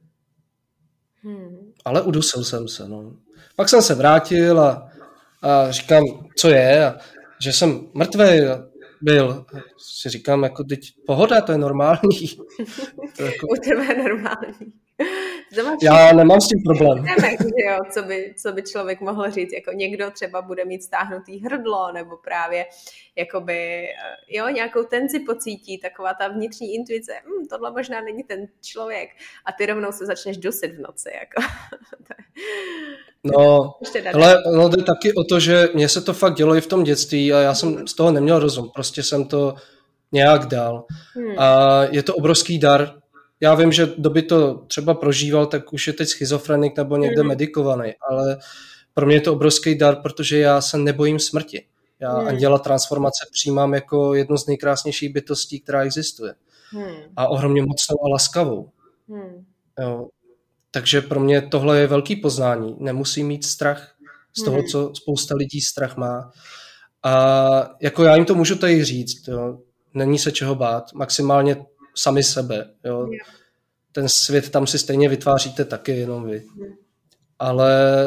S2: Ale udusil jsem se. No. Pak jsem se vrátil a říkám, co je, a že jsem mrtvej byl. Si říkám, jako teď pohoda, to je normální. To jako...
S1: U tebe je normální.
S2: Já nemám s tím problém.
S1: Jo, co by člověk mohl říct, jako někdo třeba bude mít stáhnutý hrdlo, nebo právě jakoby, jo, nějakou tenzi pocítí, taková ta vnitřní intuice, tohle možná není ten člověk a ty rovnou se začneš dusit v noci, jako.
S2: No, ale no, jde taky o to, že mně se to fakt dělo i v tom dětství a já jsem z toho neměl rozum, prostě jsem to nějak dal. A je to obrovský dar, já vím, že kdo by to třeba prožíval, tak už je teď schizofrenik nebo někde medikovaný, ale pro mě je to obrovský dar, protože já se nebojím smrti. Já anděla transformace přijímám jako jednu z nejkrásnějších bytostí, která existuje. A ohromně mocnou a laskavou. Jo. Takže pro mě tohle je velký poznání. Nemusím mít strach z toho, co spousta lidí strach má. A jako já jim to můžu tady říct. Jo. Není se čeho bát. Maximálně sami sebe. Jo. Ten svět tam si stejně vytváříte taky, jenom vy. Ale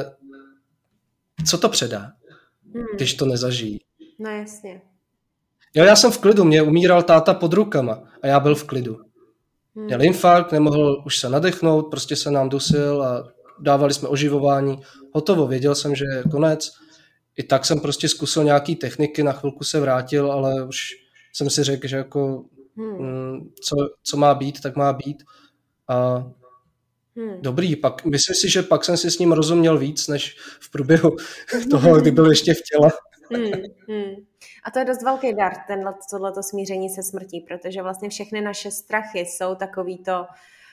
S2: co to předá, když to nezažijí?
S1: No jasně.
S2: Jo, já jsem v klidu, mě umíral táta pod rukama a já byl v klidu. Měl infarkt, nemohl už se nadechnout, prostě se nám dusil a dávali jsme oživování. Hotovo, věděl jsem, že je konec. I tak jsem prostě zkusil nějaký techniky, na chvilku se vrátil, ale už jsem si řekl, že jako co má být, tak má být. A dobrý, pak myslím si, že pak jsem si s ním rozuměl víc, než v průběhu toho, kdy byl ještě v těle.
S1: A to je dost velký dar, tohleto smíření se smrtí, protože vlastně všechny naše strachy jsou takovýto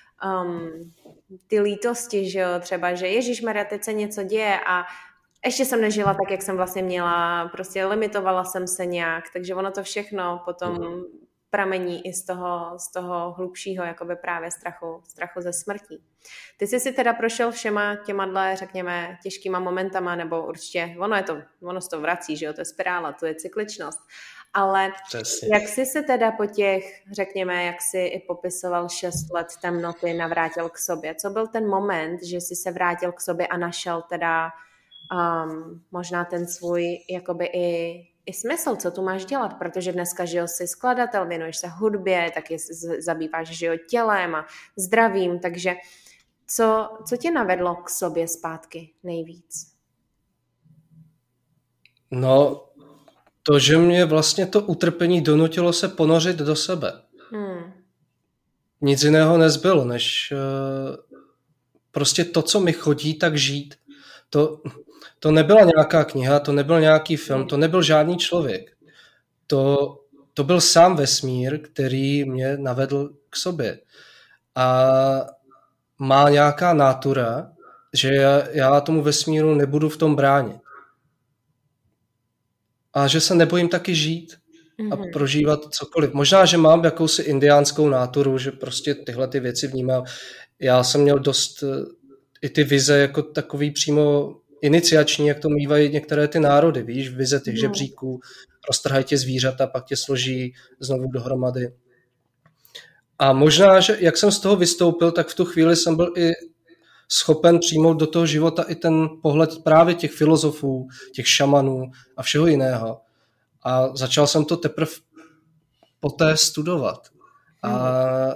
S1: ty lítosti, že jo, třeba, že ježišmarja, teď se něco děje a ještě jsem nežila tak, jak jsem vlastně měla, prostě limitovala jsem se nějak, takže ono to všechno potom pramení i z toho hlubšího jakoby právě strachu ze smrtí. Ty jsi si teda prošel všema těma, řekněme, těžkýma momentama, nebo určitě, ono se to vrací, že jo, to je spirála, to je cykličnost, ale
S2: přesně.
S1: Jak jsi se teda po těch, řekněme, jak jsi i popisoval 6 let temnoty, navrátil k sobě? Co byl ten moment, že jsi se vrátil k sobě a našel teda možná ten svůj jakoby i smysl, co tu máš dělat, protože dneska, že jo, jsi skladatel, věnuješ se hudbě, taky zabýváš, že jo, tělem a zdravím, takže co tě navedlo k sobě zpátky nejvíc?
S2: No, to, že mě vlastně to utrpení donutilo se ponořit do sebe. Nic jiného nezbylo, než prostě to, co mi chodí, tak žít. To nebyla nějaká kniha, to nebyl nějaký film, to nebyl žádný člověk. To byl sám vesmír, který mě navedl k sobě. A má nějaká nátura, že já tomu vesmíru nebudu v tom bránit. A že se nebojím taky žít a prožívat cokoliv. Možná, že mám jakousi indiánskou náturu, že prostě tyhle ty věci vnímám. Já jsem měl dost i ty vize jako takový přímo iniciační, jak to mývají některé ty národy, víš, vize těch žebříků, roztrhají tě zvířata, pak tě složí znovu dohromady. A možná, že jak jsem z toho vystoupil, tak v tu chvíli jsem byl i schopen přijmout do toho života i ten pohled právě těch filozofů, těch šamanů a všeho jiného. A začal jsem to teprve poté studovat. A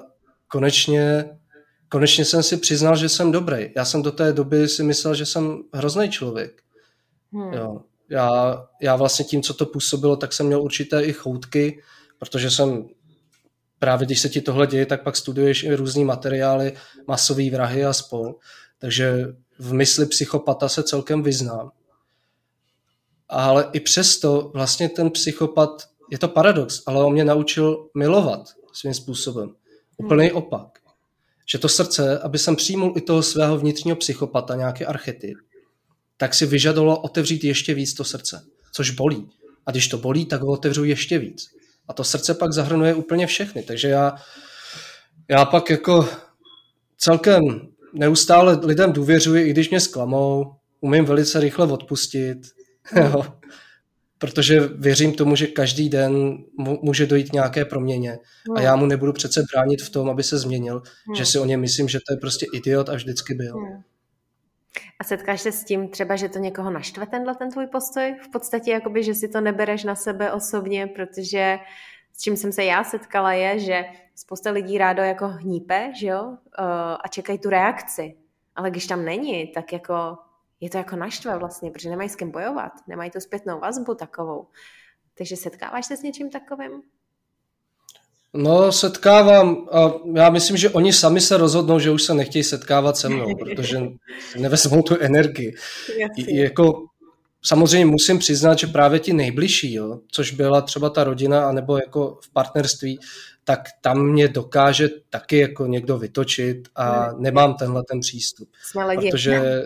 S2: konečně jsem si přiznal, že jsem dobrý. Já jsem do té doby si myslel, že jsem hrozný člověk. Jo. Já vlastně tím, co to působilo, tak jsem měl určité i choutky, protože jsem právě, když se ti tohle děje, tak pak studuješ i různý materiály, masový vrahy a spol. Takže v mysli psychopata se celkem vyznám. Ale i přesto vlastně ten psychopat, je to paradox, ale on mě naučil milovat svým způsobem. Úplný opak. Že to srdce, aby jsem přijmul i toho svého vnitřního psychopata, nějaký archetyp, tak si vyžadovalo otevřít ještě víc to srdce, což bolí. A když to bolí, tak ho otevřu ještě víc. A to srdce pak zahrnuje úplně všechny. Takže já pak jako celkem neustále lidem důvěřuji, i když mě zklamou, umím velice rychle odpustit, protože věřím tomu, že každý den může dojít nějaké proměně a já mu nebudu přece bránit v tom, aby se změnil, že si o něm myslím, že to je prostě idiot a vždycky byl.
S1: A setkáš se s tím třeba, že to někoho naštve ten tvůj postoj? V podstatě jakoby, že si to nebereš na sebe osobně, protože s čím jsem se já setkala je, že spousta lidí rádo jako hnípe, že jo? A čekají tu reakci. Ale když tam není, tak jako je to jako naštve vlastně, protože nemají s kým bojovat, nemají tu zpětnou vazbu takovou. Takže setkáváš se s něčím takovým?
S2: No, setkávám a já myslím, že oni sami se rozhodnou, že už se nechtějí setkávat se mnou, protože nevezmou tu energii. Jako, samozřejmě musím přiznat, že právě ti nejbližší, jo, což byla třeba ta rodina, anebo jako v partnerství, tak tam mě dokáže taky jako někdo vytočit a nemám tenhle ten přístup.
S1: Jsme lidi.
S2: Protože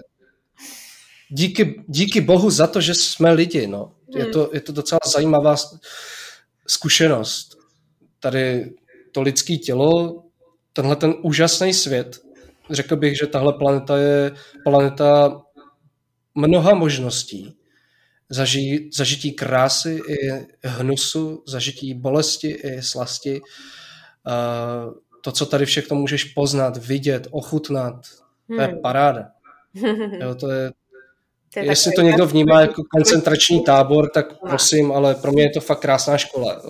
S2: díky bohu za to, že jsme lidi. No. Je to docela zajímavá zkušenost. Tady to lidské tělo, tenhle ten úžasný svět. Řekl bych, že tahle planeta je planeta mnoha možností. Zažití krásy i hnusu, zažití bolesti i slasti. To, co tady všechno můžeš poznat, vidět, ochutnat, to je paráda. Jo, to je jestli to někdo vnímá jako koncentrační tábor, tak prosím, ale pro mě je to fakt krásná škola.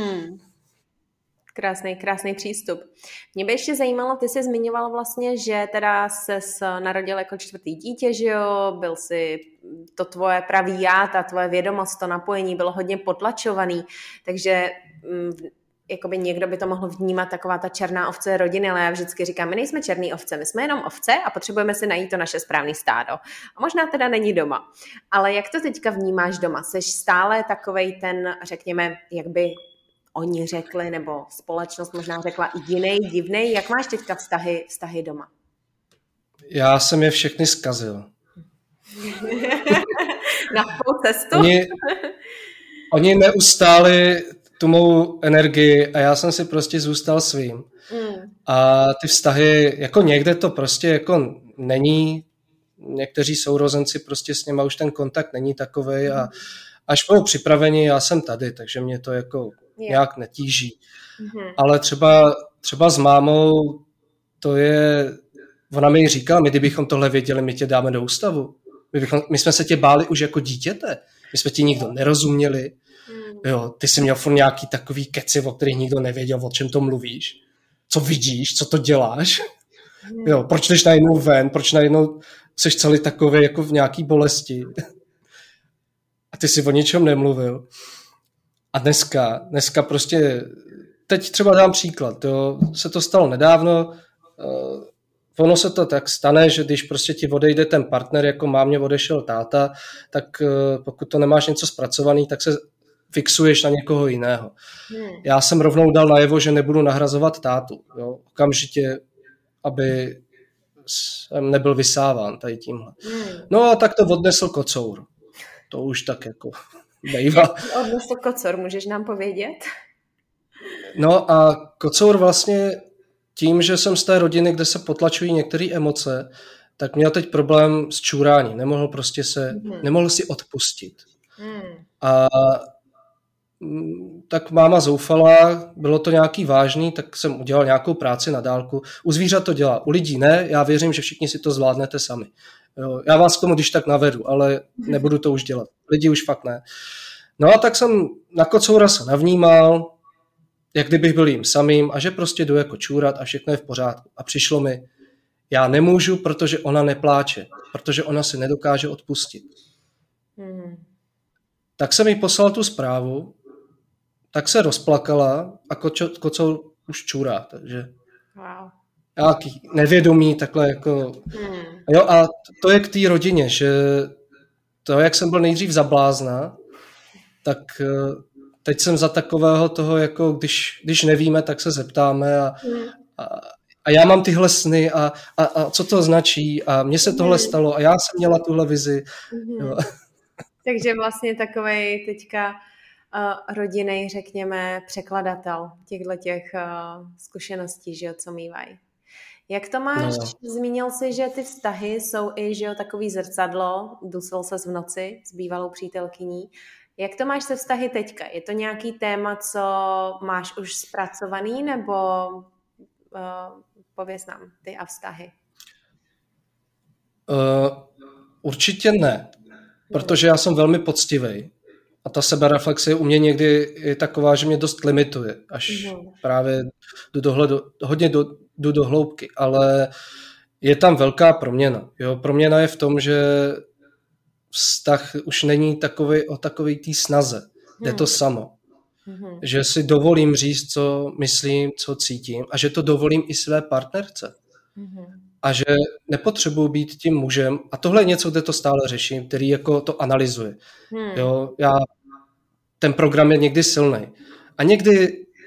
S1: Krásný přístup. Mě by ještě zajímalo, ty jsi zmiňoval vlastně, že teda ses narodil jako 4. dítě, že jo, byl si to tvoje pravý já, ta tvoje vědomost, to napojení bylo hodně potlačovaný, takže jakoby někdo by to mohl vnímat taková ta černá ovce rodiny, ale já vždycky říkám, my nejsme černý ovce, my jsme jenom ovce a potřebujeme si najít to naše správné stádo. A možná teda není doma. Ale jak to teďka vnímáš doma? Seš stále takovej ten, řekněme, jak by oni řekli, nebo společnost možná řekla jiný, divnej. Jak máš teďka vztahy doma?
S2: Já jsem je všechny zkazil.
S1: Na půl cestu?
S2: Oni neustáli tu mou energii a já jsem si prostě zůstal svým. A ty vztahy, jako někde to prostě jako není, někteří sourozenci prostě s něma už ten kontakt není takovej a až budou připraveni, já jsem tady, takže mě to jako nějak netíží. Ale třeba s mámou to je, ona mi říkala, my kdybychom tohle věděli, my tě dáme do ústavu. My jsme se tě báli už jako dítěte. My jsme ti nikdo nerozuměli. Jo, ty jsi měl furt nějaký takový keci, o kterých nikdo nevěděl, o čem to mluvíš. Co vidíš, co to děláš. Jo, proč jdeš najednou ven, proč najednou jsi celý takový jako v nějaký bolesti. A ty si o ničem nemluvil. A dneska prostě, teď třeba dám příklad, jo, se to stalo nedávno, ono se to tak stane, že když prostě ti odejde ten partner, jako mámě odešel táta, tak pokud to nemáš něco zpracovaný, tak se fixuješ na někoho jiného. Já jsem rovnou dal najevo, že nebudu nahrazovat tátu, jo, okamžitě, aby jsem nebyl vysáván tady tímhle. No a tak to odnesl kocour. To už tak jako bejva.
S1: Odnesl kocour, můžeš nám povědět?
S2: No a kocour vlastně tím, že jsem z té rodiny, kde se potlačují některé emoce, tak měl teď problém s čůráním. Nemohl si odpustit. A tak máma zoufala, bylo to nějaký vážný, tak jsem udělal nějakou práci na dálku. U zvířat to dělá, u lidí ne, já věřím, že všichni si to zvládnete sami. Jo, já vás k tomu když tak navedu, ale nebudu to už dělat. Lidi už fakt ne. No a tak jsem na kocoura se navnímal, jak kdybych byl jím samým a že prostě jdu jako čůrat a všechno je v pořádku. A přišlo mi, já nemůžu, protože ona nepláče, protože ona si nedokáže odpustit. Tak jsem jí poslal tu zprávu, tak se rozplakala a kocour už čůrá, takže nějaký nevědomí, takhle jako... Jo, a to je k té rodině, že to, jak jsem byl nejdřív za blázna, tak teď jsem za takového toho, jako když nevíme, tak se zeptáme a já mám tyhle sny a co to značí a mně se tohle stalo a já jsem měla tuhle vizi. Jo.
S1: Takže vlastně takovej teďka rodinnej, řekněme, překladatel těch zkušeností, že jo, co mývají. Jak to máš? No. Zmínil jsi, že ty vztahy jsou i, že jo, takový zrcadlo, dusil ses v noci s bývalou přítelkyní. Jak to máš se vztahy teďka? Je to nějaký téma, co máš už zpracovaný, nebo pověz nám ty a vztahy?
S2: Určitě ne, protože já jsem velmi poctivý. A ta sebereflexe u mě někdy je taková, že mě dost limituje, až právě jdu do hloubky, ale je tam velká proměna. Jo? Proměna je v tom, že vztah už není takový o takový té snaze. Jde to samo. Že si dovolím říct, co myslím, co cítím a že to dovolím i své partnerce. A že nepotřebuji být tím mužem. A tohle je něco, kde to stále řeším, který jako to analyzuje. Jo? Ten program je někdy silný. A někdy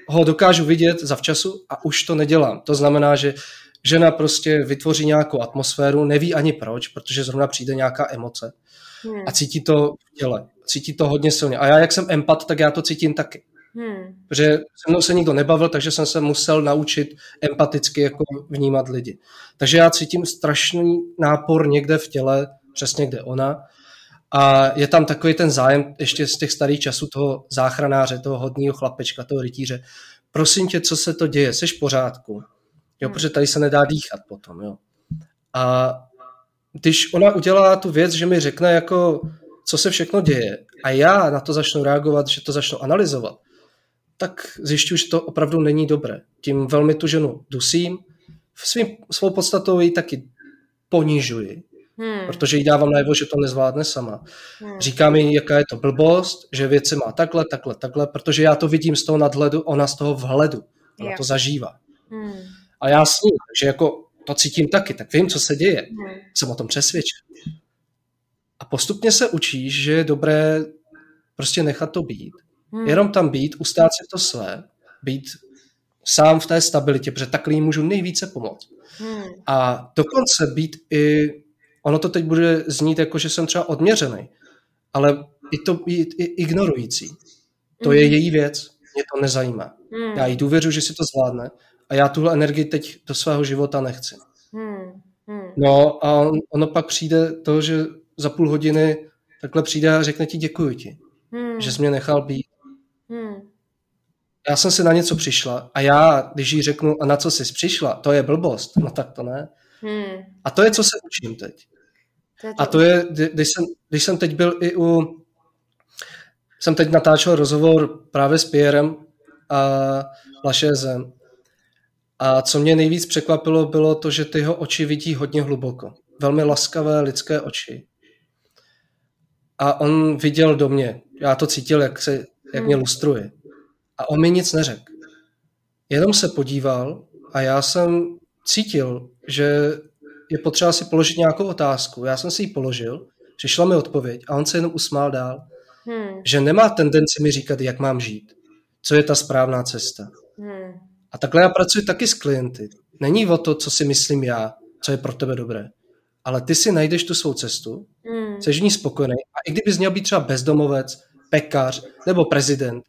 S2: ho dokážu vidět zavčasu a už to nedělám. To znamená, že žena prostě vytvoří nějakou atmosféru, neví ani proč, protože zrovna přijde nějaká emoce a cítí to v těle. Cítí to hodně silně. A já, jak jsem empat, tak já to cítím taky. Protože se mnou se nikdo nebavil, takže jsem se musel naučit empaticky jako vnímat lidi. Takže já cítím strašný nápor někde v těle, přesně kde ona. A je tam takový ten zájem ještě z těch starých časů toho záchranáře, toho hodného chlapečka, toho rytíře. Prosím tě, co se to děje? Seš v pořádku? Jo, protože tady se nedá dýchat potom. Jo. A když ona udělá tu věc, že mi řekne, jako, co se všechno děje a já na to začnu reagovat, že to začnu analyzovat, tak zjišťuji, že to opravdu není dobré. Tím velmi tu ženu dusím, svou podstatou ji taky ponižuji, protože jí dávám najevo, že to nezvládne sama. Říkám jí, jaká je to blbost, že věci má takhle, protože já to vidím z toho nadhledu, ona z toho vhledu. Ona to zažívá. A já s ní, takže jako to cítím taky, tak vím, co se děje. Jsem o tom přesvědčen. A postupně se učíš, že je dobré prostě nechat to být. Jenom tam být, ustát si to své, být sám v té stabilitě, protože takhle jí můžu nejvíce pomoct. A dokonce být i, ono to teď bude znít jako, že jsem třeba odměřený, ale i ignorující. To je její věc, mě to nezajímá. Já jí důvěřuji, že si to zvládne a já tuhle energii teď do svého života nechci. No a ono pak přijde to, že za půl hodiny takhle přijde a řekne ti děkuji ti, že jsi mě nechal být. Já jsem si na něco přišla a já, když jí řeknu, a na co jsi přišla, to je blbost, no tak to ne. A to je, co se učím teď. A to je, když jsem teď byl i jsem teď natáčel rozhovor právě s Pierrem a Lachaisem. A co mě nejvíc překvapilo, bylo to, že ty jeho oči vidí hodně hluboko. Velmi laskavé lidské oči. A on viděl do mě. Já to cítil, jak mě lustruje. A on mi nic neřekl. Jenom se podíval a já jsem cítil, že je potřeba si položit nějakou otázku. Já jsem si ji položil, přišla mi odpověď a on se jenom usmál dál. Že nemá tendenci mi říkat, jak mám žít. Co je ta správná cesta. A takhle já pracuji taky s klienty. Není o to, co si myslím já, co je pro tebe dobré. Ale ty si najdeš tu svou cestu, jsi v ní spokojený. A i kdybys měl být třeba bezdomovec, pekař nebo prezident,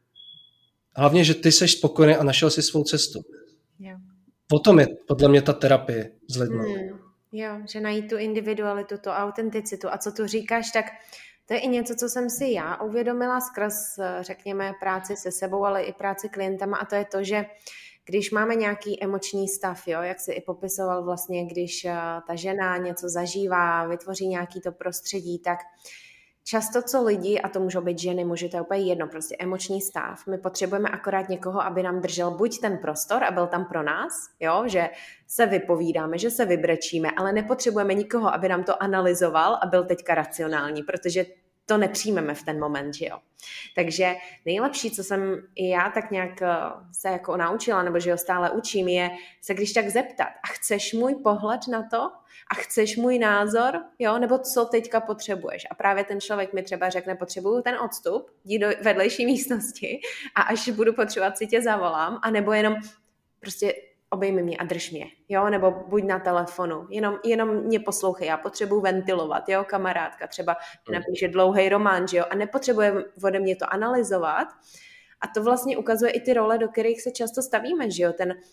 S2: hlavně, že ty jsi spokojený a našel si svou cestu.
S1: Jo.
S2: O tom je podle mě ta terapie s lidmi.
S1: Jo, že najít tu individualitu, tu autenticitu. A co tu říkáš, tak to je i něco, co jsem si já uvědomila skrz, řekněme, práci se sebou, ale i práci klientama, a to je to, že když máme nějaký emoční stav, jo, jak jsi i popisoval vlastně, když ta žena něco zažívá, vytvoří nějaký to prostředí, tak často co lidi, a to můžou být ženy, může to úplně jedno, prostě emoční stav, my potřebujeme akorát někoho, aby nám držel buď ten prostor a byl tam pro nás, jo, že se vypovídáme, že se vybrečíme, ale nepotřebujeme nikoho, aby nám to analyzoval a byl teďka racionální, protože to nepřijmeme v ten moment, že jo. Takže nejlepší, co jsem i já tak nějak se jako naučila, nebo že ho stále učím, je se když tak zeptat, a chceš můj pohled na to? A chceš můj názor? Jo? Nebo co teďka potřebuješ? A právě ten člověk mi třeba řekne, potřebuju ten odstup, jdi do vedlejší místnosti a až budu potřebovat, si tě zavolám, anebo jenom prostě obejmi mě a drž mě, jo, nebo buď na telefonu, jenom mě poslouchej, já potřebuji ventilovat, jo, kamarádka třeba napíše dlouhý román, že jo, a nepotřebuje ode mě to analyzovat. A to vlastně ukazuje i ty role, do kterých se často stavíme, že jo,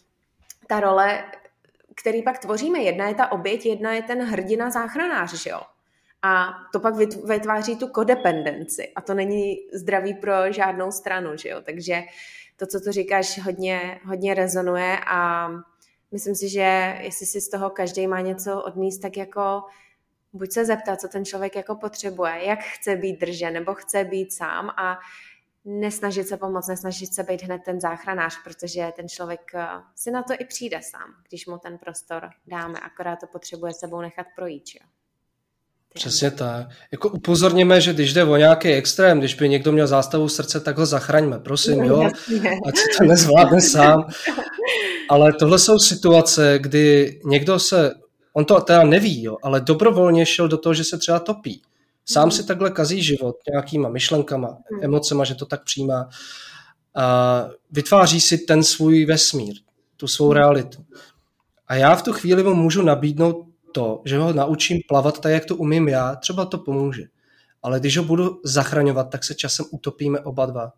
S1: ta role, který pak tvoříme, jedna je ta oběť, jedna je ten hrdina záchranář, že jo. A to pak vytváří tu kodependenci a to není zdravý pro žádnou stranu, že jo, takže to, co tu říkáš, hodně rezonuje a myslím si, že jestli si z toho každý má něco odníst, tak jako buď se zeptat, co ten člověk jako potřebuje, jak chce být držen nebo chce být sám a nesnažit se pomoct, nesnažit se být hned ten záchranář, protože ten člověk si na to i přijde sám, když mu ten prostor dáme, akorát to potřebuje sebou nechat projít, jo.
S2: Přesně tak. Jako upozorněme, že když jde o nějaký extrém, když by někdo měl zástavu srdce, tak ho zachraňme, prosím, jo, ať si to nezvládne sám. Ale tohle jsou situace, kdy někdo on to teda neví, jo, ale dobrovolně šel do toho, že se třeba topí. Sám si takhle kazí život nějakýma myšlenkama, emocema, že to tak přijímá. a vytváří si ten svůj vesmír, tu svou realitu. A já v tu chvíli mu můžu nabídnout to, že ho naučím plavat tak, jak to umím já, třeba to pomůže. Ale když ho budu zachraňovat, tak se časem utopíme oba dva.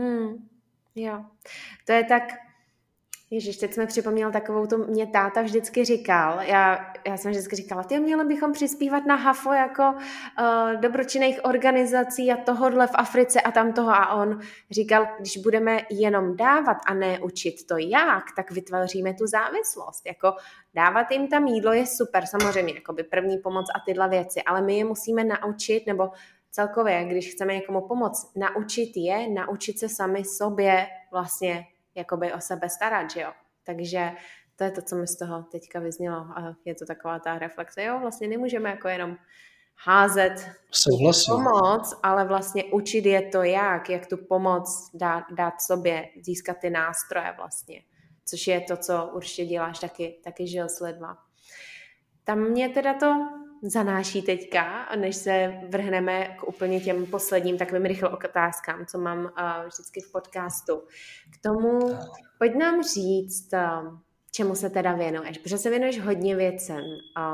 S1: Jo, to je tak... Ježiš, teď jsme připomněl takovou, to mě táta vždycky říkal. Já jsem vždycky říkala, měli bychom přispívat na HAFO jako dobročinných organizací a tohodle v Africe a tam toho. A on říkal, když budeme jenom dávat a ne učit to jak, tak vytvoříme tu závislost. Jako dávat jim tam jídlo je super, samozřejmě, jakoby první pomoc a tyhle věci, ale my je musíme naučit, nebo celkově, když chceme někomu pomoct, naučit se sami sobě vlastně jakoby o sebe starat, že jo. Takže to je to, co mi z toho teďka vyznělo a je to taková ta reflexe, jo, vlastně nemůžeme jako jenom házet pomoc, ale vlastně učit je to jak tu pomoc dát sobě, získat ty nástroje vlastně, což je to, co určitě děláš taky žil s lidma. Tam mě teda to zanáší teďka, než se vrhneme k úplně těm posledním takovým rychlým otázkám, co mám vždycky v podcastu. K tomu pojď nám říct, čemu se teda věnuješ, protože se věnuješ hodně věcem.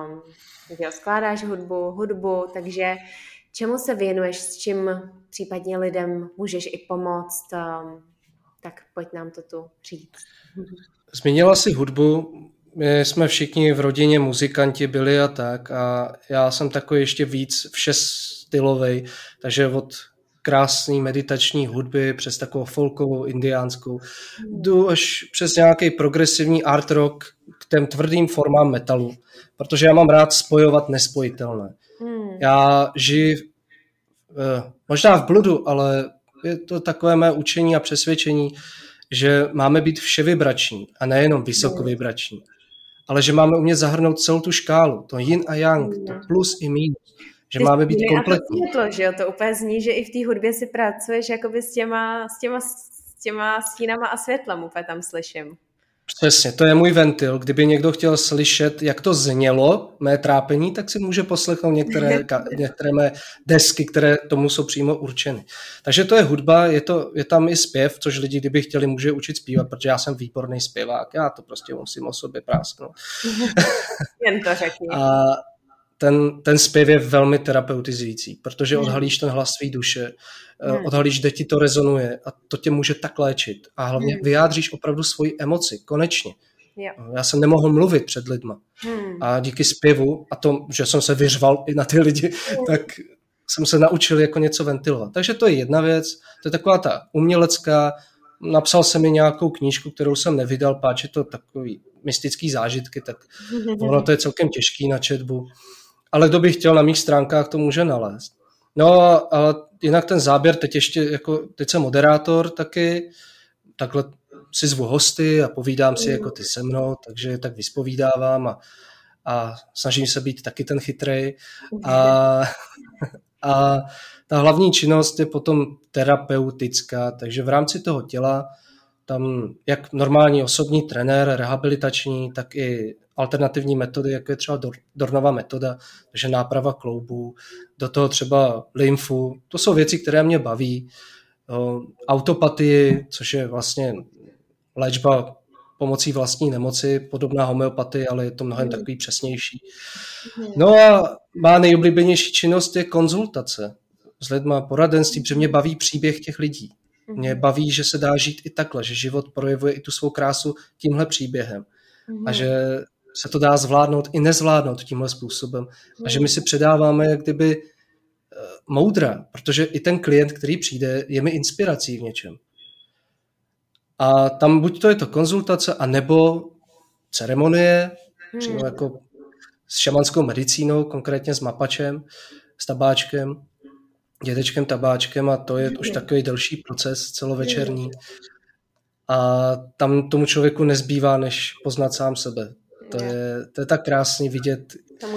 S1: Skládáš hudbu, takže čemu se věnuješ, s čím případně lidem můžeš i pomoct, tak pojď nám to tu říct.
S2: Zmínila jsi hudbu. My jsme všichni v rodině muzikanti byli a tak a já jsem takový ještě víc všestylovej, takže od krásný meditační hudby přes takovou folkovou, indiánskou, jdu až přes nějaký progresivní art rock k těm tvrdým formám metalu, protože já mám rád spojovat nespojitelné. Já žiji možná v bludu, ale je to takové mé učení a přesvědčení, že máme být vševibrační a nejenom vysokovibrační, ale že máme umět zahrnout celou tu škálu, to yin a yang, to plus i minus, že máme být kompletní.
S1: Světlo, že jo? To úplně zní, že i v té hudbě si pracuješ jakoby s těma stínama a světlem, úplně tam slyším.
S2: Přesně, to je můj ventil. Kdyby někdo chtěl slyšet, jak to znělo, mé trápení, tak si může poslechnout některé mé desky, které tomu jsou přímo určeny. Takže to je hudba, je tam i zpěv, což lidi, kdyby chtěli, může učit zpívat, protože já jsem výborný zpěvák, já to prostě musím o sobě prásknout.
S1: Jen to řekni.
S2: A ten zpěv je velmi terapeutizující, protože odhalíš ten hlas svý duše, odhalíš, kde ti to rezonuje a to tě může tak léčit. A hlavně vyjádříš opravdu svoji emoci, konečně. Jo. Já jsem nemohl mluvit před lidma. A díky zpěvu a to, že jsem se vyřval i na ty lidi, tak jsem se naučil jako něco ventilovat. Takže to je jedna věc, to je taková ta umělecká, napsal jsem mi nějakou knížku, kterou jsem nevydal, páč to takový mystický zážitky, tak ono to je celkem těžký na četbu. Ale kdo by chtěl, na mých stránkách to může nalézt. No a jinak ten záběr, teď jsem moderátor taky, takhle si zvu hosty a povídám si jako ty se mnou, takže tak vyspovídávám a snažím se být taky ten chytrej. A ta hlavní činnost je potom terapeutická, takže v rámci toho těla tam jak normální osobní trenér, rehabilitační, tak i alternativní metody, jako je třeba Dornova metoda, takže náprava kloubů, do toho třeba lymfu, to jsou věci, které mě baví. Autopatii, což je vlastně léčba pomocí vlastní nemoci, podobná homeopatii, ale je to mnohem takový přesnější. No a má nejoblíbenější činnost je konzultace s lidma, poradenství, protože mě baví příběh těch lidí. Mě baví, že se dá žít i takhle, že život projevuje i tu svou krásu tímhle příběhem. A že se to dá zvládnout i nezvládnout tímhle způsobem. A že my si předáváme jak kdyby moudra, protože i ten klient, který přijde, je mi inspirací v něčem. A tam buď to je to konzultace, anebo ceremonie, přímo jako s šamanskou medicínou, konkrétně s mapačem, s tabáčkem, dědečkem tabáčkem, a to je už takový delší proces celovečerní. A tam tomu člověku nezbývá, než poznat sám sebe. To je tak krásně vidět,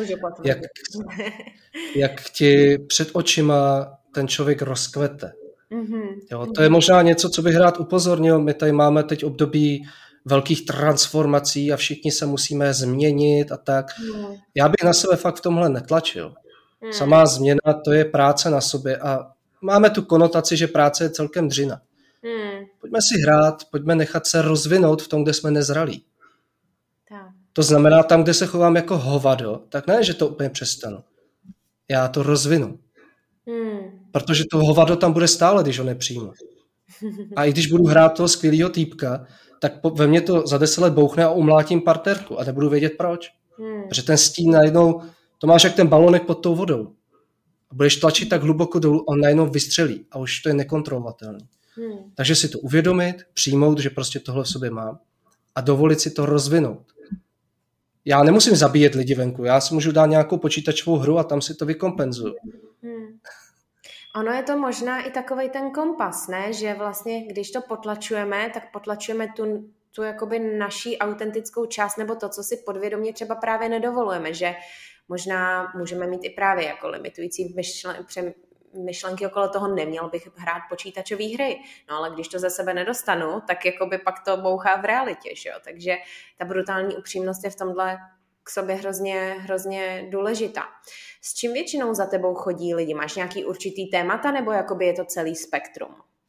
S2: jak ti před očima ten člověk rozkvete. Jo, to je možná něco, co bych rád upozornil. My tady máme teď období velkých transformací a všichni se musíme změnit a tak. Já bych na sebe fakt v tomhle netlačil. Samá změna, to je práce na sobě a máme tu konotaci, že práce je celkem dřina. Pojďme si hrát, pojďme nechat se rozvinout v tom, kde jsme nezralí.
S1: Tak.
S2: To znamená, tam, kde se chovám jako hovado, tak ne, že to úplně přestanu. Já to rozvinu. Protože to hovado tam bude stále, když ho nepřijmu. A i když budu hrát toho skvělýho týpka, tak ve mně to za 10 let bouchne a umlátím partnerku a nebudu vědět proč. Protože ten stín najednou, to máš jak ten balonek pod tou vodou. A budeš tlačit tak hluboko dolů, on najednou vystřelí a už to je nekontrolovatelné. Takže si to uvědomit, přijmout, že prostě tohle v sobě mám a dovolit si to rozvinout. Já nemusím zabíjet lidi venku, já si můžu dát nějakou počítačovou hru a tam si to vykompenzuju.
S1: Ono je to možná i takovej ten kompas, ne? Že vlastně, když to potlačujeme, tak potlačujeme tu jakoby naší autentickou část nebo to, co si podvědomě třeba právě nedovolujeme, že možná můžeme mít i právě jako limitující myšlenky okolo toho, neměl bych hrát počítačové hry. No ale když to ze sebe nedostanu, tak jakoby pak to bouchá v realitě, že jo? Takže ta brutální upřímnost je v tomhle k sobě hrozně důležitá. S čím většinou za tebou chodí lidi? Máš nějaký určitý témata, nebo jakoby je to celý spektrum?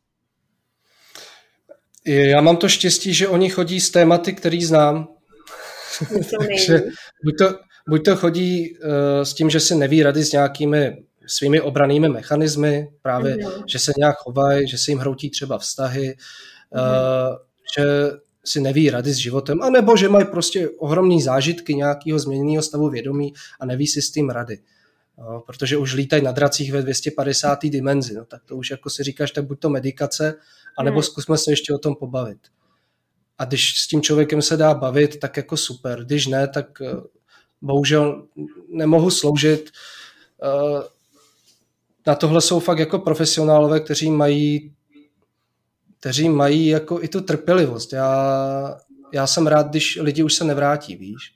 S2: Já mám to štěstí, že oni chodí s tématy, který znám. Takže buď to chodí s tím, že si neví rady s nějakými svými obranými mechanismy, právě, že se nějak chovají, že se jim hroutí třeba vztahy, že si neví rady s životem, anebo že mají prostě ohromný zážitky nějakého změněného stavu vědomí a neví si s tím rady. No, protože už lítají na dracích ve 250. dimenzi. No, tak to už jako si říkáš, tak buď to medikace, anebo zkusme se ještě o tom pobavit. A když s tím člověkem se dá bavit, tak jako super. Když ne, tak bohužel nemohu sloužit. Na tohle jsou fakt jako profesionálové, kteří mají jako i tu trpělivost. Já jsem rád, když lidi už se nevrátí, víš?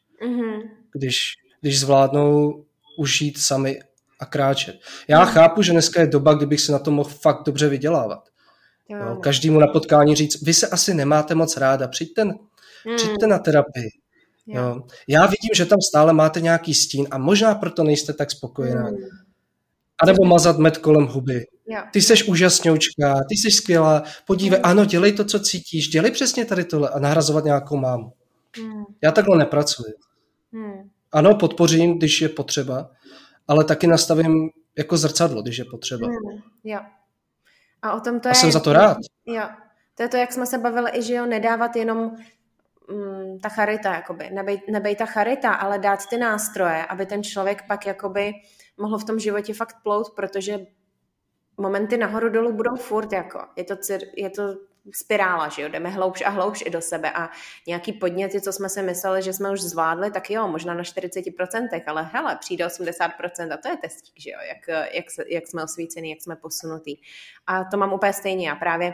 S2: Když zvládnou už žít sami a kráčet. Já chápu, že dneska je doba, kdybych se na to mohl fakt dobře vydělávat. Jo, každému na potkání říct, vy se asi nemáte moc ráda, přijďte na terapii. Jo. Já vidím, že tam stále máte nějaký stín a možná proto nejste tak spokojená. A nebo mazat med kolem huby. Ty seš úžasňoučka, ty seš skvělá, podívej, ano, dělej to, co cítíš, dělej přesně tady tohle a nahrazovat nějakou mámu. Já takhle nepracuji. Ano, podpořím, když je potřeba, ale taky nastavím jako zrcadlo, když je potřeba.
S1: Jo. A o tom to
S2: a jsem za to rád.
S1: Jo. To je to, jak jsme se bavili i, že jo, nedávat jenom ta charita, jakoby. Nebej ta charita, ale dát ty nástroje, aby ten člověk pak jakoby mohl v tom životě fakt plout, protože momenty nahoru dolů budou furt jako. Je to spirála, že jo, jdeme hloubš a hloubš i do sebe a nějaký podněty, co jsme si mysleli, že jsme už zvládli, tak jo, možná na 40%, ale hele, přijde 80% a to je testík, že jo, jak jsme osvícený, jak jsme posunutý. A to mám úplně stejně, já právě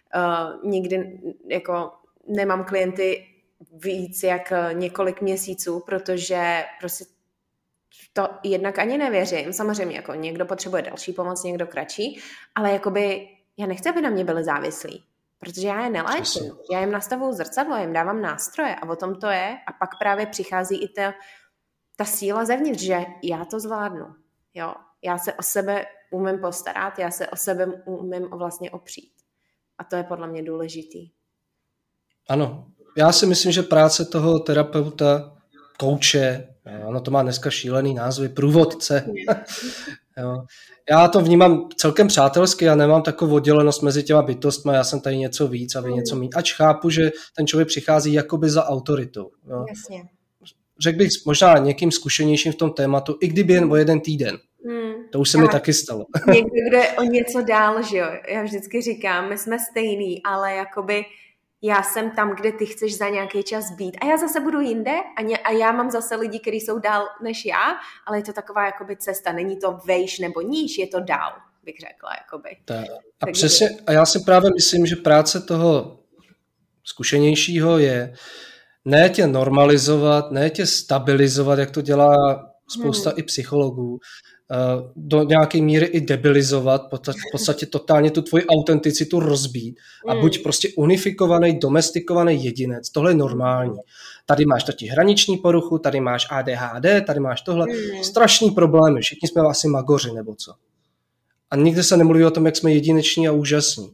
S1: nikdy jako nemám klienty víc jak několik měsíců, protože prostě to jednak ani nevěřím. Samozřejmě jako někdo potřebuje další pomoc, někdo kratší, ale jakoby já nechci, aby na mě byli závislí, protože já je neléčím. Já jim nastavuju zrcadlo, já jim dávám nástroje a o tom to je a pak právě přichází i ta síla zevnitř, že já to zvládnu. Jo? Já se o sebe umím postarat, já se o sebe umím vlastně opřít. A to je podle mě důležitý.
S2: Ano. Já si myslím, že práce toho terapeuta, kouče, ono to má dneska šílený názvy, průvodce. Jo. Já to vnímám celkem přátelsky, já nemám takovou oddělenost mezi těma bytostmi, já jsem tady něco víc a vy něco méně. Ač chápu, že ten člověk přichází jakoby za autoritou. Jo.
S1: Jasně.
S2: Řekl bych možná někým zkušenějším v tom tématu, i kdyby jen o jeden týden. To už se mi taky stalo.
S1: Někdo, kdo je o něco dál, že jo. Já vždycky říkám, my jsme stejný, ale jakoby já jsem tam, kde ty chceš za nějaký čas být. A já zase budu jinde a já mám zase lidi, kteří jsou dál než já, ale je to taková jakoby cesta. Není to vejš nebo níž, je to dál, bych řekla. Jakoby.
S2: A přesně, a já si právě myslím, že práce toho zkušenějšího je ne tě normalizovat, ne tě stabilizovat, jak to dělá spousta i psychologů, do nějaké míry i debilizovat, v podstatě totálně tu tvoji autenticitu rozbít a buď prostě unifikovaný, domestikovaný jedinec. Tohle je normální. Tady máš totiž hraniční poruchu, tady máš ADHD, tady máš tohle. Strašný problémy, všichni jsme asi magoři nebo co. A nikde se nemluví o tom, jak jsme jedineční a úžasní.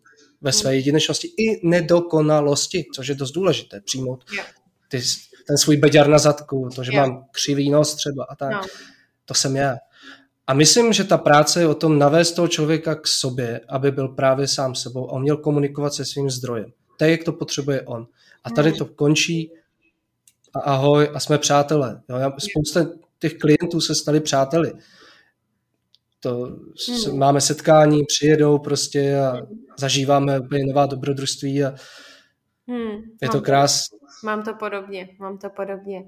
S2: ve své jedinečnosti i nedokonalosti, což je dost důležité, přijmout ten svůj beďar na zadku, to, že mám křivý nos třeba a tak. No. To jsem já. A myslím, že ta práce je o tom navést toho člověka k sobě, aby byl právě sám sebou a uměl komunikovat se svým zdrojem. Tak, jak to potřebuje on. A tady to končí a ahoj a jsme přátelé. Spousta těch klientů se stali přáteli. Máme setkání, přijedou prostě a zažíváme úplně nová dobrodružství a je to krásné.
S1: Mám to podobně.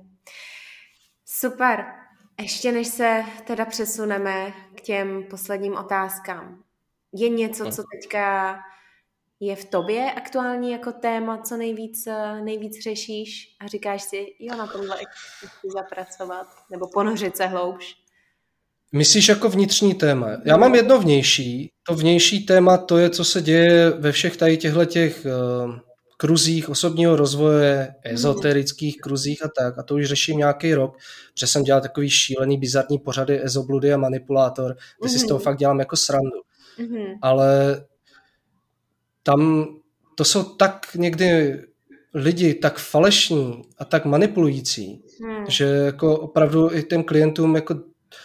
S1: Super. Ještě než se teda přesuneme k těm posledním otázkám. Je něco, co teďka je v tobě aktuální jako téma, co nejvíc řešíš a říkáš si, jo, na tomhle chci zapracovat nebo ponořit se hloubš?
S2: Myslíš jako vnitřní téma? Já mám jedno vnější. To vnější téma, to je, co se děje ve všech tady těch kruzích osobního rozvoje, ezoterických kruzích a tak. A to už řeším nějaký rok, protože jsem dělal takový šílený, bizarní pořady Ezobludy a Manipulátor, kde si z toho fakt dělám jako srandu. Ale tam to jsou tak někdy lidi tak falešní a tak manipulující, že jako opravdu i těm klientům jako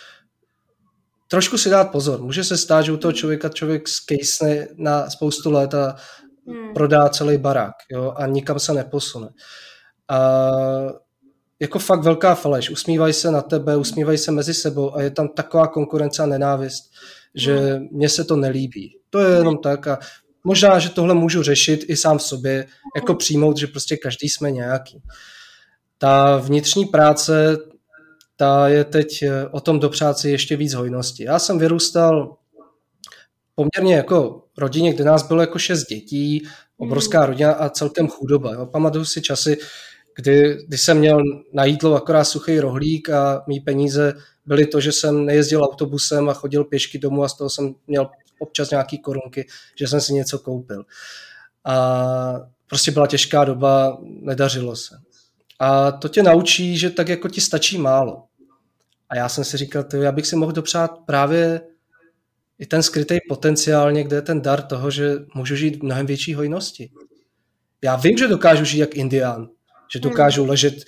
S2: trošku si dát pozor. Může se stát, že u toho člověk skejsne na spoustu let a prodá celý barák, jo, a nikam se neposune. A jako fakt velká faleš. Usmívají se na tebe, usmívají se mezi sebou a je tam taková konkurence a nenávist, že mně se to nelíbí. To je jenom tak a možná, že tohle můžu řešit i sám v sobě, jako přijmout, že prostě každý jsme nějaký. Ta vnitřní práce, ta je teď o tom dopřát si ještě víc hojnosti. Já jsem vyrůstal poměrně jako rodině, kde nás bylo jako 6 dětí, obrovská rodina a celkem chudoba. Jo. Pamatuju si časy, kdy jsem měl na jídlo akorát suchý rohlík a mý peníze byly to, že jsem nejezdil autobusem a chodil pěšky domů a z toho jsem měl občas nějaký korunky, že jsem si něco koupil. A prostě byla těžká doba, nedařilo se. A to tě naučí, že tak jako ti stačí málo. A já jsem si říkal, já bych si mohl dopřát právě i ten skrytý potenciál někde je ten dar toho, že můžu žít v mnohem větší hojnosti. Já vím, že dokážu žít jak indián, že dokážu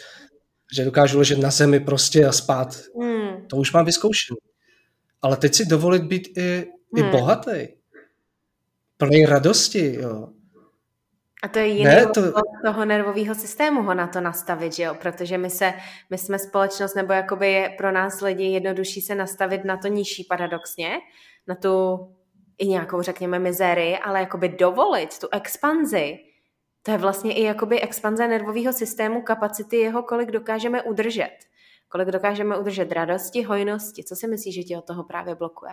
S2: ležet na zemi prostě a spát. To už mám vyzkoušený. Ale teď si dovolit být i bohatý. Plný radosti, jo.
S1: A to je jiný toho nervového systému ho na to nastavit, že jo? Protože my jsme společnost, nebo jakoby je pro nás lidi jednodušší se nastavit na to nižší paradoxně, na tu i nějakou, řekněme, mizérii, ale jakoby dovolit tu expanzi, to je vlastně i jakoby expanze nervového systému, kapacity jeho, kolik dokážeme udržet radosti, hojnosti. Co si myslíš, že tě od toho právě blokuje?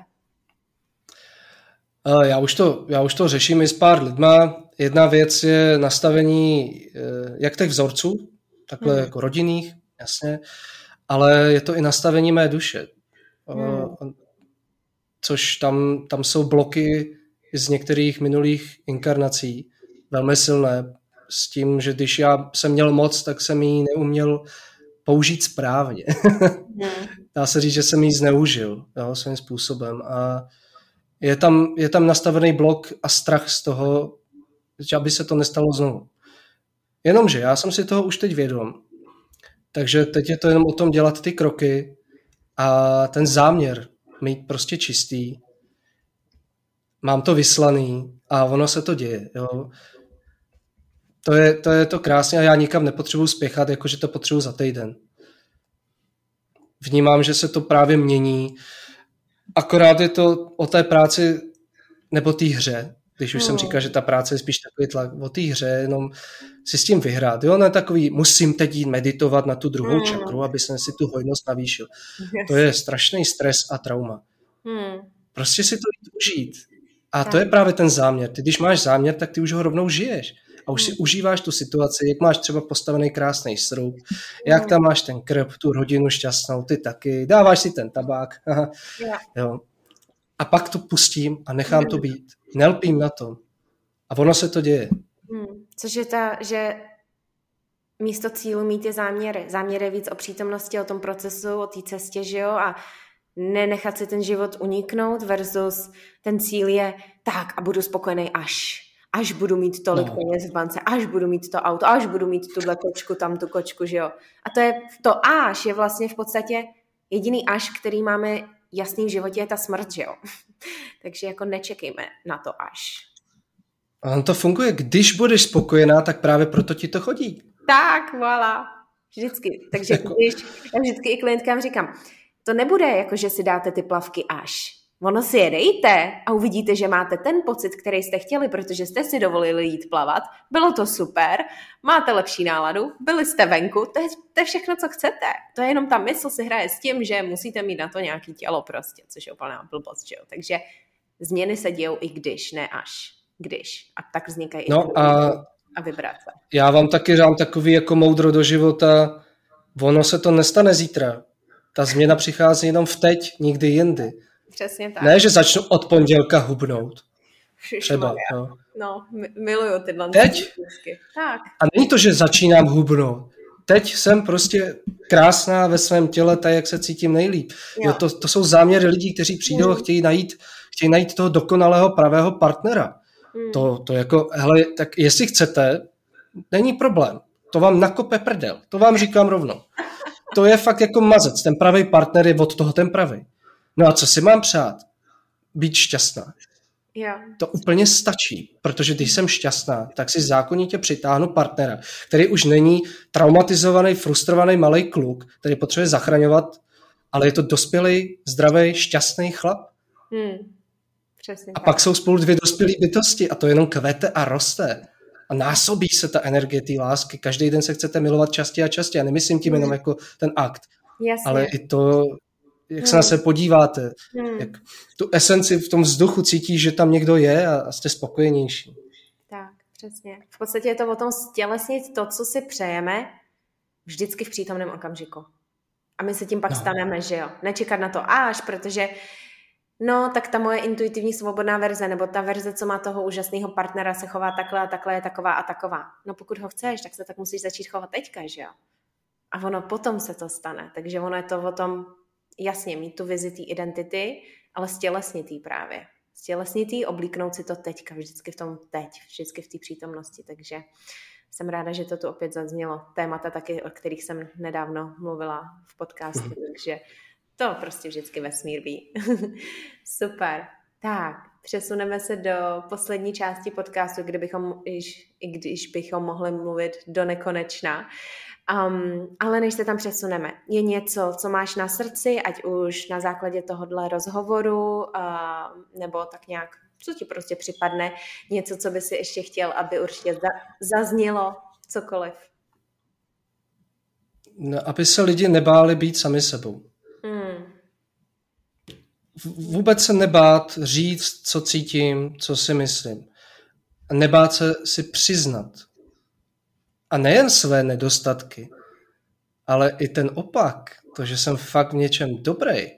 S2: Já už to řeším i s pár lidma. Jedna věc je nastavení jak těch vzorců, takhle jako rodinných, jasně, ale je to i nastavení mé duše. Což tam jsou bloky z některých minulých inkarnací velmi silné, s tím, že když já jsem měl moc, tak jsem ji neuměl použít správně. Dá se říct, že jsem ji zneužil, jo, svým způsobem. A je tam nastavený blok a strach z toho, že aby se to nestalo znovu. Jenomže já jsem si toho už teď vědom. Takže teď je to jenom o tom dělat ty kroky a ten záměr mít prostě čistý. Mám to vyslaný a ono se to děje. Jo. To je to krásně a já nikam nepotřebuji spěchat, jakože to potřebuji za týden. Vnímám, že se to právě mění. Akorát je to o té práci nebo té hře. Když už jsem říkal, že ta práce je spíš takový tlak o té hře, jenom si s tím vyhrát. Jo, ne takový, musím teď jít meditovat na tu druhou čakru, aby jsem si tu hojnost navýšil. To je strašný stres a trauma. Prostě si to jít užít. A to je právě ten záměr. Ty, když máš záměr, tak ty už ho rovnou žiješ. A už si užíváš tu situaci, jak máš třeba postavený krásný srub, jak tam máš ten krb, tu rodinu šťastnou, ty taky, dáváš si ten tabák. Jo. A pak to pustím a nechám to být. Nelpím na to. A ono se to děje.
S1: Což je že místo cílu mít je záměry. Záměry je víc o přítomnosti, o tom procesu, o té cestě, že jo? A nenechat si ten život uniknout versus ten cíl je tak a budu spokojený až. až budu mít tolik peněz v bance, až budu mít to auto, až budu mít tuhle kočku, tam tu kočku, že jo. A to až je vlastně v podstatě jediný až, který máme jasný v životě, je ta smrt, že jo. Takže jako nečekejme na to až.
S2: A on to funguje, když budeš spokojená, tak právě proto ti to chodí.
S1: Tak, voilà. Vždycky. Takže já vždycky i klientkám říkám, to nebude jako, že si dáte ty plavky až. Ono si je dejte a uvidíte, že máte ten pocit, který jste chtěli, protože jste si dovolili jít plavat. Bylo to super, máte lepší náladu, byli jste venku, to je všechno, co chcete. To je jenom ta mysl si hraje s tím, že musíte mít na to nějaký tělo prostě, což je úplná blbost, že jo. Takže změny se dějou i když, ne až. Když. A tak vznikají a vibrace.
S2: Já vám taky dám takový jako moudro do života. Ono se to nestane zítra. Ta změna přichází jenom v teď, nikdy jindy.
S1: Přesně tak.
S2: Ne, že začnu od pondělka hubnout. Třeba.
S1: No, miluju tyhle.
S2: Teď?
S1: Tak.
S2: A není to, že začínám hubnout. Teď jsem prostě krásná ve svém těle, tak jak se cítím nejlíp. Jo, to jsou záměry lidí, kteří přijdou a chtějí najít toho dokonalého pravého partnera. To jako, hele, tak jestli chcete, není problém. To vám nakope prdel. To vám říkám rovnou. To je fakt jako mazec. Ten pravý partner je od toho ten pravý. No a co si mám přát? Být šťastná.
S1: Jo.
S2: To úplně stačí, protože když jsem šťastná, tak si zákonitě přitáhnu partnera, který už není traumatizovaný, frustrovaný malej kluk, který potřebuje zachraňovat, ale je to dospělý, zdravý, šťastný chlap.
S1: Přesně
S2: a
S1: tak.
S2: pak jsou spolu dvě dospělé bytosti a to jenom kvete a roste. A násobí se ta energie té lásky. Každý den se chcete milovat častěji a častěji. A nemyslím tím jenom jako ten akt,
S1: Jasně.
S2: ale i to, jak se na sebe podíváte, jak tu esenci v tom vzduchu cítíš, že tam někdo je a jste spokojenější.
S1: Tak, přesně. V podstatě je to o tom stělesnit to, co si přejeme, vždycky v přítomném okamžiku. A my se tím pak staneme, že jo. Nečekat na to až, protože tak ta moje intuitivní svobodná verze, nebo ta verze, co má toho úžasného partnera, se chová takhle a takhle, je taková a taková. No pokud ho chceš, tak se tak musíš začít chovat teďka, že jo. A ono potom se to stane. Takže ono je to o tom, jasně, mít tu vizi té identity, ale stělesnitý právě. Stělesnitý, oblíknout si to teďka, vždycky v tom teď, vždycky v té přítomnosti. Takže jsem ráda, že to tu opět zaznělo. Témata taky, o kterých jsem nedávno mluvila v podcastu, takže to prostě vždycky vesmír ví. Super. Tak, přesuneme se do poslední části podcastu, když bychom mohli mluvit do nekonečna. Ale než se tam přesuneme, je něco, co máš na srdci, ať už na základě tohohle rozhovoru, nebo tak nějak, co ti prostě připadne, něco, co by si ještě chtěl, aby určitě zaznělo, cokoliv.
S2: No, aby se lidi nebáli být sami sebou. Vůbec se nebát říct, co cítím, co si myslím. A nebát se si přiznat. A nejen své nedostatky, ale i ten opak. To, že jsem fakt v něčem dobrý.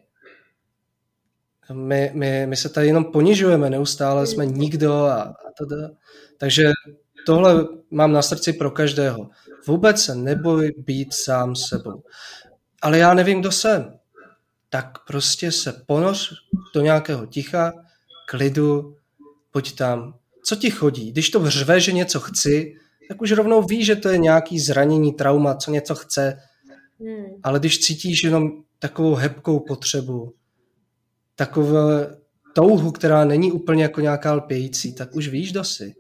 S2: My se tady jenom ponižujeme, neustále jsme nikdo a teda. Takže tohle mám na srdci pro každého. Vůbec se neboj být sám sebou. Ale já nevím, kdo jsem. Tak prostě se ponoř do nějakého ticha, klidu, pojď tam. Co ti chodí? Když to hřve, že něco chci, tak už rovnou víš, že to je nějaký zranění, trauma, co něco chce. Ale když cítíš jenom takovou hebkou potřebu, takovou touhu, která není úplně jako nějaká lpějící, tak už víš, kdo jsi.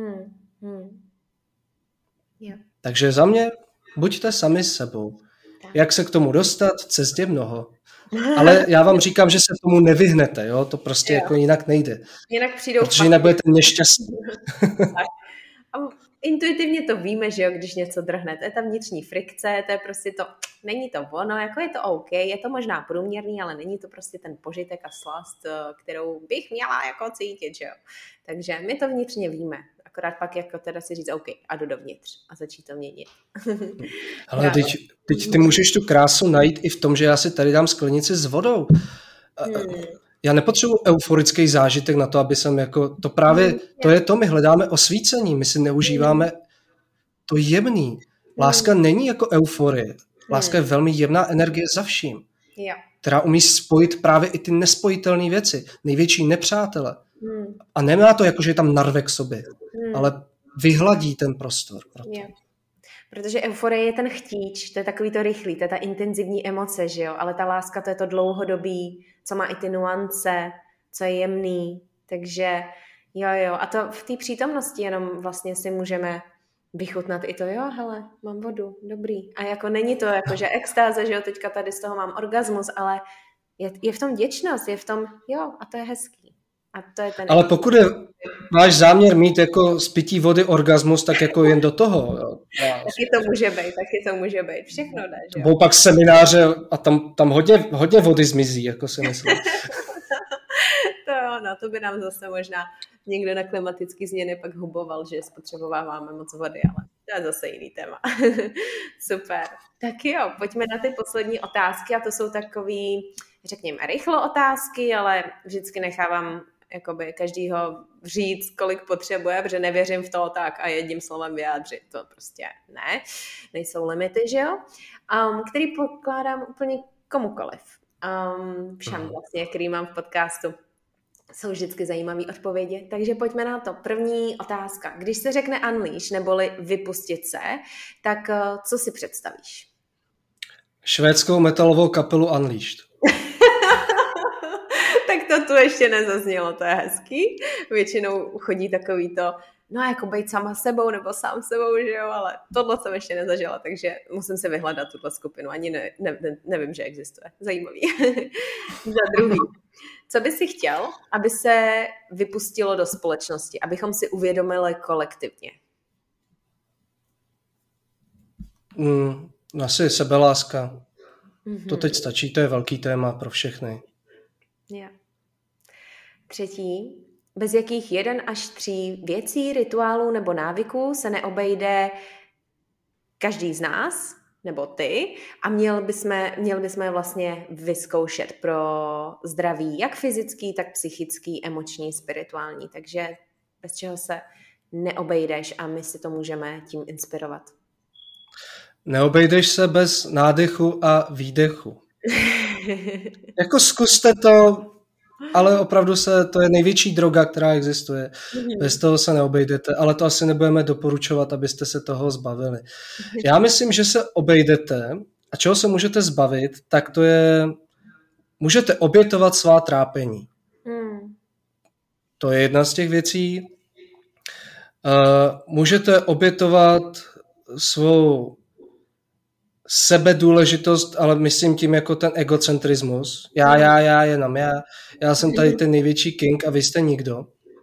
S1: Yeah.
S2: Takže za mě buďte sami s sebou. Jak se k tomu dostat? Cest je mnoho. Ale já vám říkám, že se tomu nevyhnete, jo? To prostě jako jinak nejde.
S1: Jinak přijdou
S2: protože jinak budete nešťastní.
S1: A intuitivně to víme, že jo, když něco drhne. To je ta vnitřní frikce, to je prostě to, není to ono, jako je to OK, je to možná průměrný, ale není to prostě ten požitek a slast, kterou bych měla jako cítit, že jo. Takže my to vnitřně víme. Akorát pak jako teda si říct OK a jdu dovnitř a začít to měnit.
S2: Ale teď ty můžeš tu krásu najít i v tom, že já si tady dám sklenici s vodou. Já nepotřebuji euforický zážitek na to, aby jsem jako, to právě, to je to, my hledáme osvícení, my si neužíváme to jemný. Láska není jako euforie. Láska je velmi jemná energie za vším, která umí spojit právě i ty nespojitelné věci, největší nepřátele. A nemá to jako, že je tam narve k sobě. ale vyhladí ten prostor pro to.
S1: Yeah. Protože euforie je ten chtíč, to je takový to rychlý, to je ta intenzivní emoce, že jo, ale ta láska to je to dlouhodobý, co má i ty nuance, co je jemný, takže jo, a to v té přítomnosti jenom vlastně si můžeme vychutnat i to, jo, hele, mám vodu, dobrý. A jako není to jako, že extáze, že jo, teďka tady z toho mám orgasmus, ale je v tom vděčnost, je v tom, jo, a to je hezký. A to je ten...
S2: Ale pokud máš záměr mít jako z pití vody orgasmus, tak jako jen do toho. Jo.
S1: Taky to může být. Všechno jde, že jo.
S2: Budou pak semináře a tam hodně vody zmizí, jako si myslím.
S1: To jo, no, to by nám zase možná někdo na klimatické změny pak huboval, že spotřebováváme moc vody, ale to je zase jiný téma. Super. Tak jo, pojďme na ty poslední otázky a to jsou takový, řekněme, rychlo otázky, ale vždycky nechávám jakoby každýho říct, kolik potřebuje, protože nevěřím v to tak a jedním slovem vyjádřit. To prostě ne. Nejsou limity, že jo? Který pokládám úplně komukoliv. Všem vlastně, který mám v podcastu. Jsou vždycky zajímavé odpovědi. Takže pojďme na to. První otázka. Když se řekne unleash, neboli vypustit se, tak co si představíš?
S2: Švédskou metalovou kapelu Unleashed.
S1: Tak to tu ještě nezaznělo, to je hezký. Většinou chodí takový to, no jako být sama sebou nebo sám sebou, že jo, ale tohle jsem ještě nezažila, takže musím si vyhledat tuto skupinu. Ani nevím, že existuje. Zajímavý. Za druhý. Co by si chtěl, aby se vypustilo do společnosti, abychom si uvědomili kolektivně?
S2: Asi sebeláska. To teď stačí, to je velký téma pro všechny.
S1: Yeah. Třetí. Bez jakých 1 až 3 věcí, rituálů nebo návyků se neobejde každý z nás, nebo ty, a měli bychom je vlastně vyzkoušet pro zdraví, jak fyzický, tak psychický, emoční, spirituální. Takže bez čeho se neobejdeš a my si to můžeme tím inspirovat.
S2: Neobejdeš se bez nádechu a výdechu. Jako zkuste to, ale opravdu to je největší droga, která existuje. Bez toho se neobejdete, ale to asi nebudeme doporučovat, abyste se toho zbavili. Já myslím, že se obejdete a čeho se můžete zbavit, tak to je, můžete obětovat svá trápení. To je jedna z těch věcí. Můžete obětovat svou sebedůležitost, ale myslím tím jako ten egocentrismus. Já, jenom já jsem tady ten největší king a vy jste nikdo.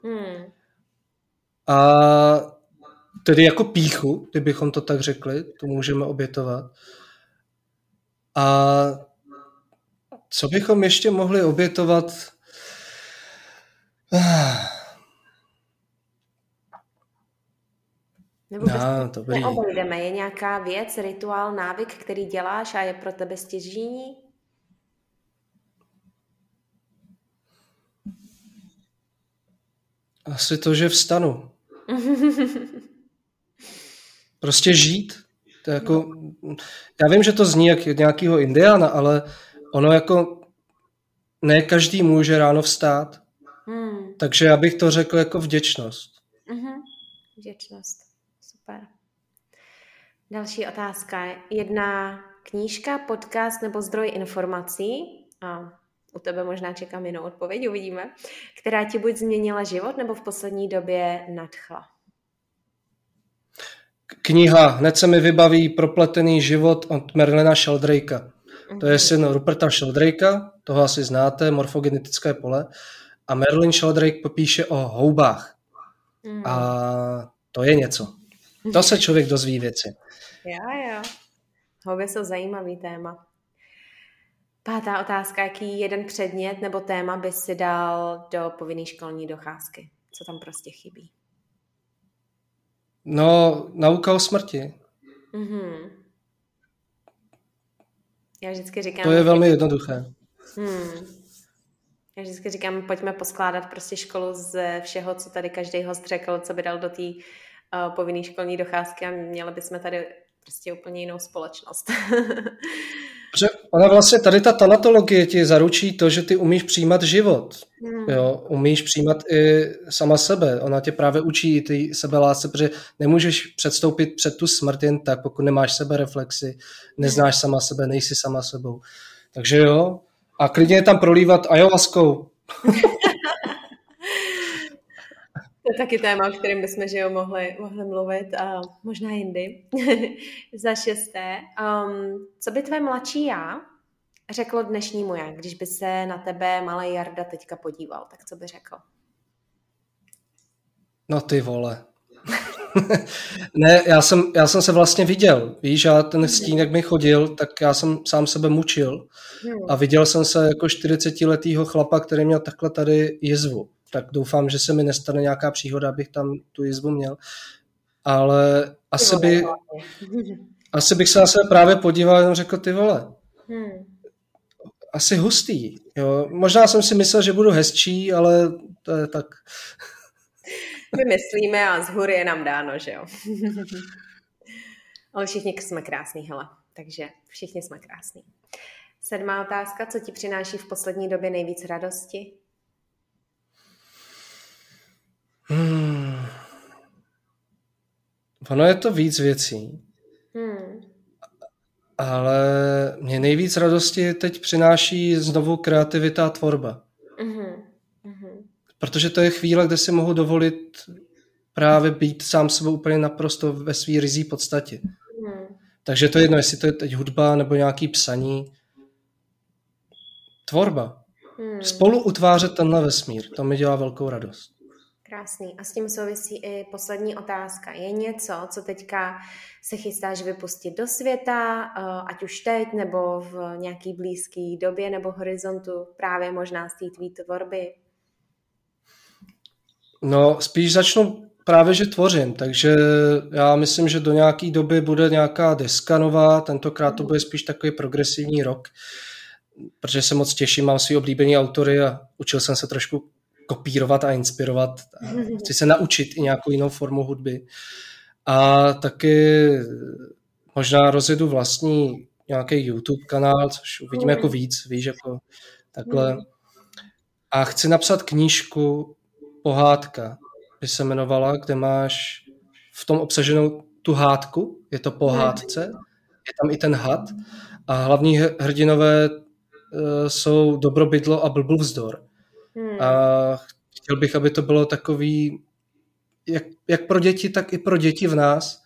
S2: A tedy jako pýchu, kdybychom to tak řekli, to můžeme obětovat. A co bychom ještě mohli obětovat?
S1: Nebo neobejdeme. Je nějaká věc, rituál, návyk, který děláš a je pro tebe stěžejní?
S2: Asi to, že vstanu. Prostě žít. To jako, já vím, že to zní jak nějakýho indiána, ale ono jako ne každý může ráno vstát. Takže já bych to řekl jako vděčnost.
S1: Vděčnost. Super. Další otázka. Jedna knížka, podcast nebo zdroj informací, a u tebe možná čekám jinou odpověď, uvidíme, která ti buď změnila život nebo v poslední době nadchla?
S2: Kniha. Hned se mi vybaví Propletený život od Merlina Sheldrake'a. To je syn Ruperta Sheldrake'a, toho asi znáte, Morfogenetické pole. A Merlin Sheldrake popíše o houbách. A to je něco. To se člověk dozví věci.
S1: Jo. Houby jsou zajímavý téma. 5. otázka. Jaký jeden předmět nebo téma bys si dal do povinné školní docházky? Co tam prostě chybí?
S2: No, nauka o smrti.
S1: Já vždycky říkám...
S2: To je velmi jednoduché.
S1: Já vždycky říkám, pojďme poskládat prostě školu ze všeho, co tady každý host řekl, co by dal do té povinné školní docházky a měli bychom tady prostě úplně jinou společnost.
S2: Protože ona vlastně tady ta tanatologie ti zaručí to, že ty umíš přijímat život. Jo, umíš přijímat i sama sebe. Ona tě právě učí ty sebelásce, protože nemůžeš předstoupit před tu smrt jen tak, pokud nemáš sebereflexi, neznáš sama sebe, nejsi sama sebou. Takže jo, a klidně je tam prolívat ayahuaskou.
S1: To je taky téma, o kterém bychom že jo, mohli mluvit a možná jindy. Za 6. Co by tvé mladší já řeklo dnešnímu já, když by se na tebe malý Jarda teďka podíval, tak co by řekl?
S2: No ty vole. Ne, já jsem se vlastně viděl, víš, já ten stín, jak mi chodil, tak já jsem sám sebe mučil a viděl jsem se jako 40letýho chlapa, který měl takhle tady jizvu. Tak doufám, že se mi nestane nějaká příhoda, abych tam tu jizvu měl. Ale asi bych se na sebe právě podíval a řekl, ty vole, asi hustý. Jo. Možná jsem si myslel, že budu hezčí, ale to je tak.
S1: My myslíme a z hůry je nám dáno, že jo. Ale všichni jsme krásný, hele. Takže všichni jsme krásný. 7. otázka, co ti přináší v poslední době nejvíc radosti?
S2: Ono je to víc věcí. Ale mě nejvíc radosti teď přináší znovu kreativita a tvorba. Protože to je chvíle, kde si mohu dovolit právě být sám sebou úplně naprosto ve svý ryzí podstatě. Takže to je jedno, jestli to je teď hudba nebo nějaký psaní. Tvorba. Spolu utvářet tenhle vesmír, to mi dělá velkou radost.
S1: Krásný. A s tím souvisí i poslední otázka. Je něco, co teďka se chystáš vypustit do světa, ať už teď, nebo v nějaký blízké době, nebo horizontu, právě možná z té tvý tvorby?
S2: No, spíš začnu právě, že tvořím, takže já myslím, že do nějaké doby bude nějaká deska nová, tentokrát to bude spíš takový progresivní rock, protože se moc těším, mám svý oblíbený autory a učil jsem se trošku kopírovat a inspirovat. Chci se naučit i nějakou jinou formu hudby. A taky možná rozjedu vlastní nějaký YouTube kanál, což uvidíme jako víc, víš, jako takhle. A chci napsat knížku Pohádka, by se jmenovala, kde máš v tom obsaženou tu hádku, je to pohádce, je tam i ten had a hlavní hrdinové jsou Dobrobydlo a Blbůvzdor. A chtěl bych, aby to bylo takový jak pro děti, tak i pro děti v nás.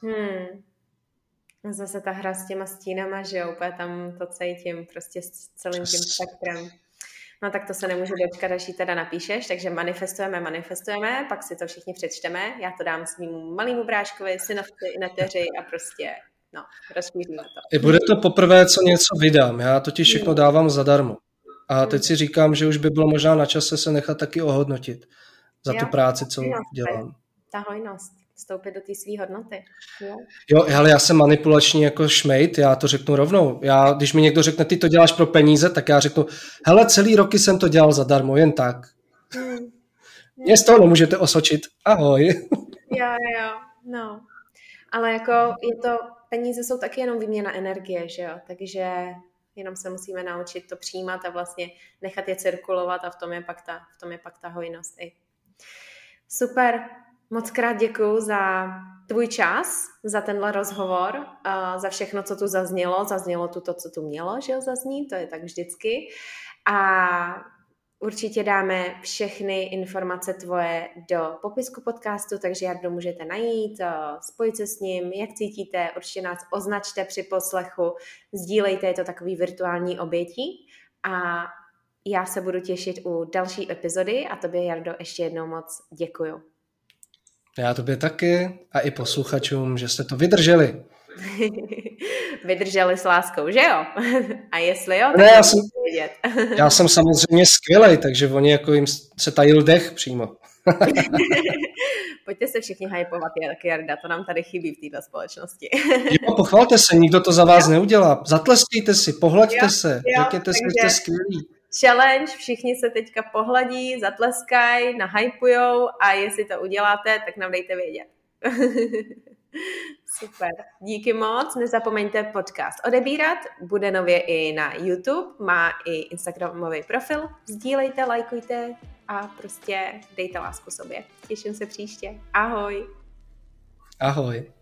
S1: Zase ta hra s těma stínama, že jo, úplně tam to cítím prostě s celým tím spektrem. No tak to se nemůžu dočkat, až ji teda napíšeš, takže manifestujeme, pak si to všichni přečteme, já to dám svým malému bráškovi, synovci, neteři a prostě, no, rozšíříme to.
S2: I bude to poprvé, co něco vydám, já totiž všechno dávám zadarmo. A teď si říkám, že už by bylo možná na čase se nechat taky ohodnotit za tu práci, co dělám.
S1: Ta hojnost, vstoupit do té svý hodnoty.
S2: Jo, ale já jsem manipulační jako šmejt, já to řeknu rovnou. Když mi někdo řekne, ty to děláš pro peníze, tak já řeknu, hele, celý roky jsem to dělal zadarmo, jen tak. Mě z toho nemůžete osočit. Ahoj.
S1: Jo, no. Ale jako peníze jsou taky jenom výměna energie, že jo, takže jenom se musíme naučit to přijímat a vlastně nechat je cirkulovat a v tom je pak ta hojnost i. Super, moc krát děkuju za tvůj čas, za tenhle rozhovor, za všechno, co tu zaznělo tu to, co tu mělo, že jo, zaznít, to je tak vždycky a určitě dáme všechny informace tvoje do popisku podcastu, takže jak to můžete najít, spojit se s ním, jak cítíte, určitě nás označte při poslechu, sdílejte, je to takový virtuální obětí a já se budu těšit u další epizody a tobě, Jardo, ještě jednou moc děkuju.
S2: Já tobě taky a i posluchačům, že jste to vydrželi.
S1: Vydrželi s láskou, že jo? A jestli jo, tak
S2: ne,
S1: vědět.
S2: Já jsem samozřejmě skvělej, takže oni jako jim se tajil dech přímo.
S1: Pojďte se všichni hypovat, Jarda, to nám tady chybí v této společnosti.
S2: Jo, pochvalte se, nikdo to za vás neudělá. Zatleskejte si, pohlaďte se, řekněte si, že jste skvělí.
S1: Challenge, všichni se teďka pohladí, zatleskají, nahypujou a jestli to uděláte, tak nám dejte vědět. Super, díky moc. Nezapomeňte podcast odebírat, bude nově i na YouTube, má i Instagramový profil. Sdílejte, lajkujte a prostě dejte lásku sobě. Těším se příště. Ahoj.
S2: Ahoj.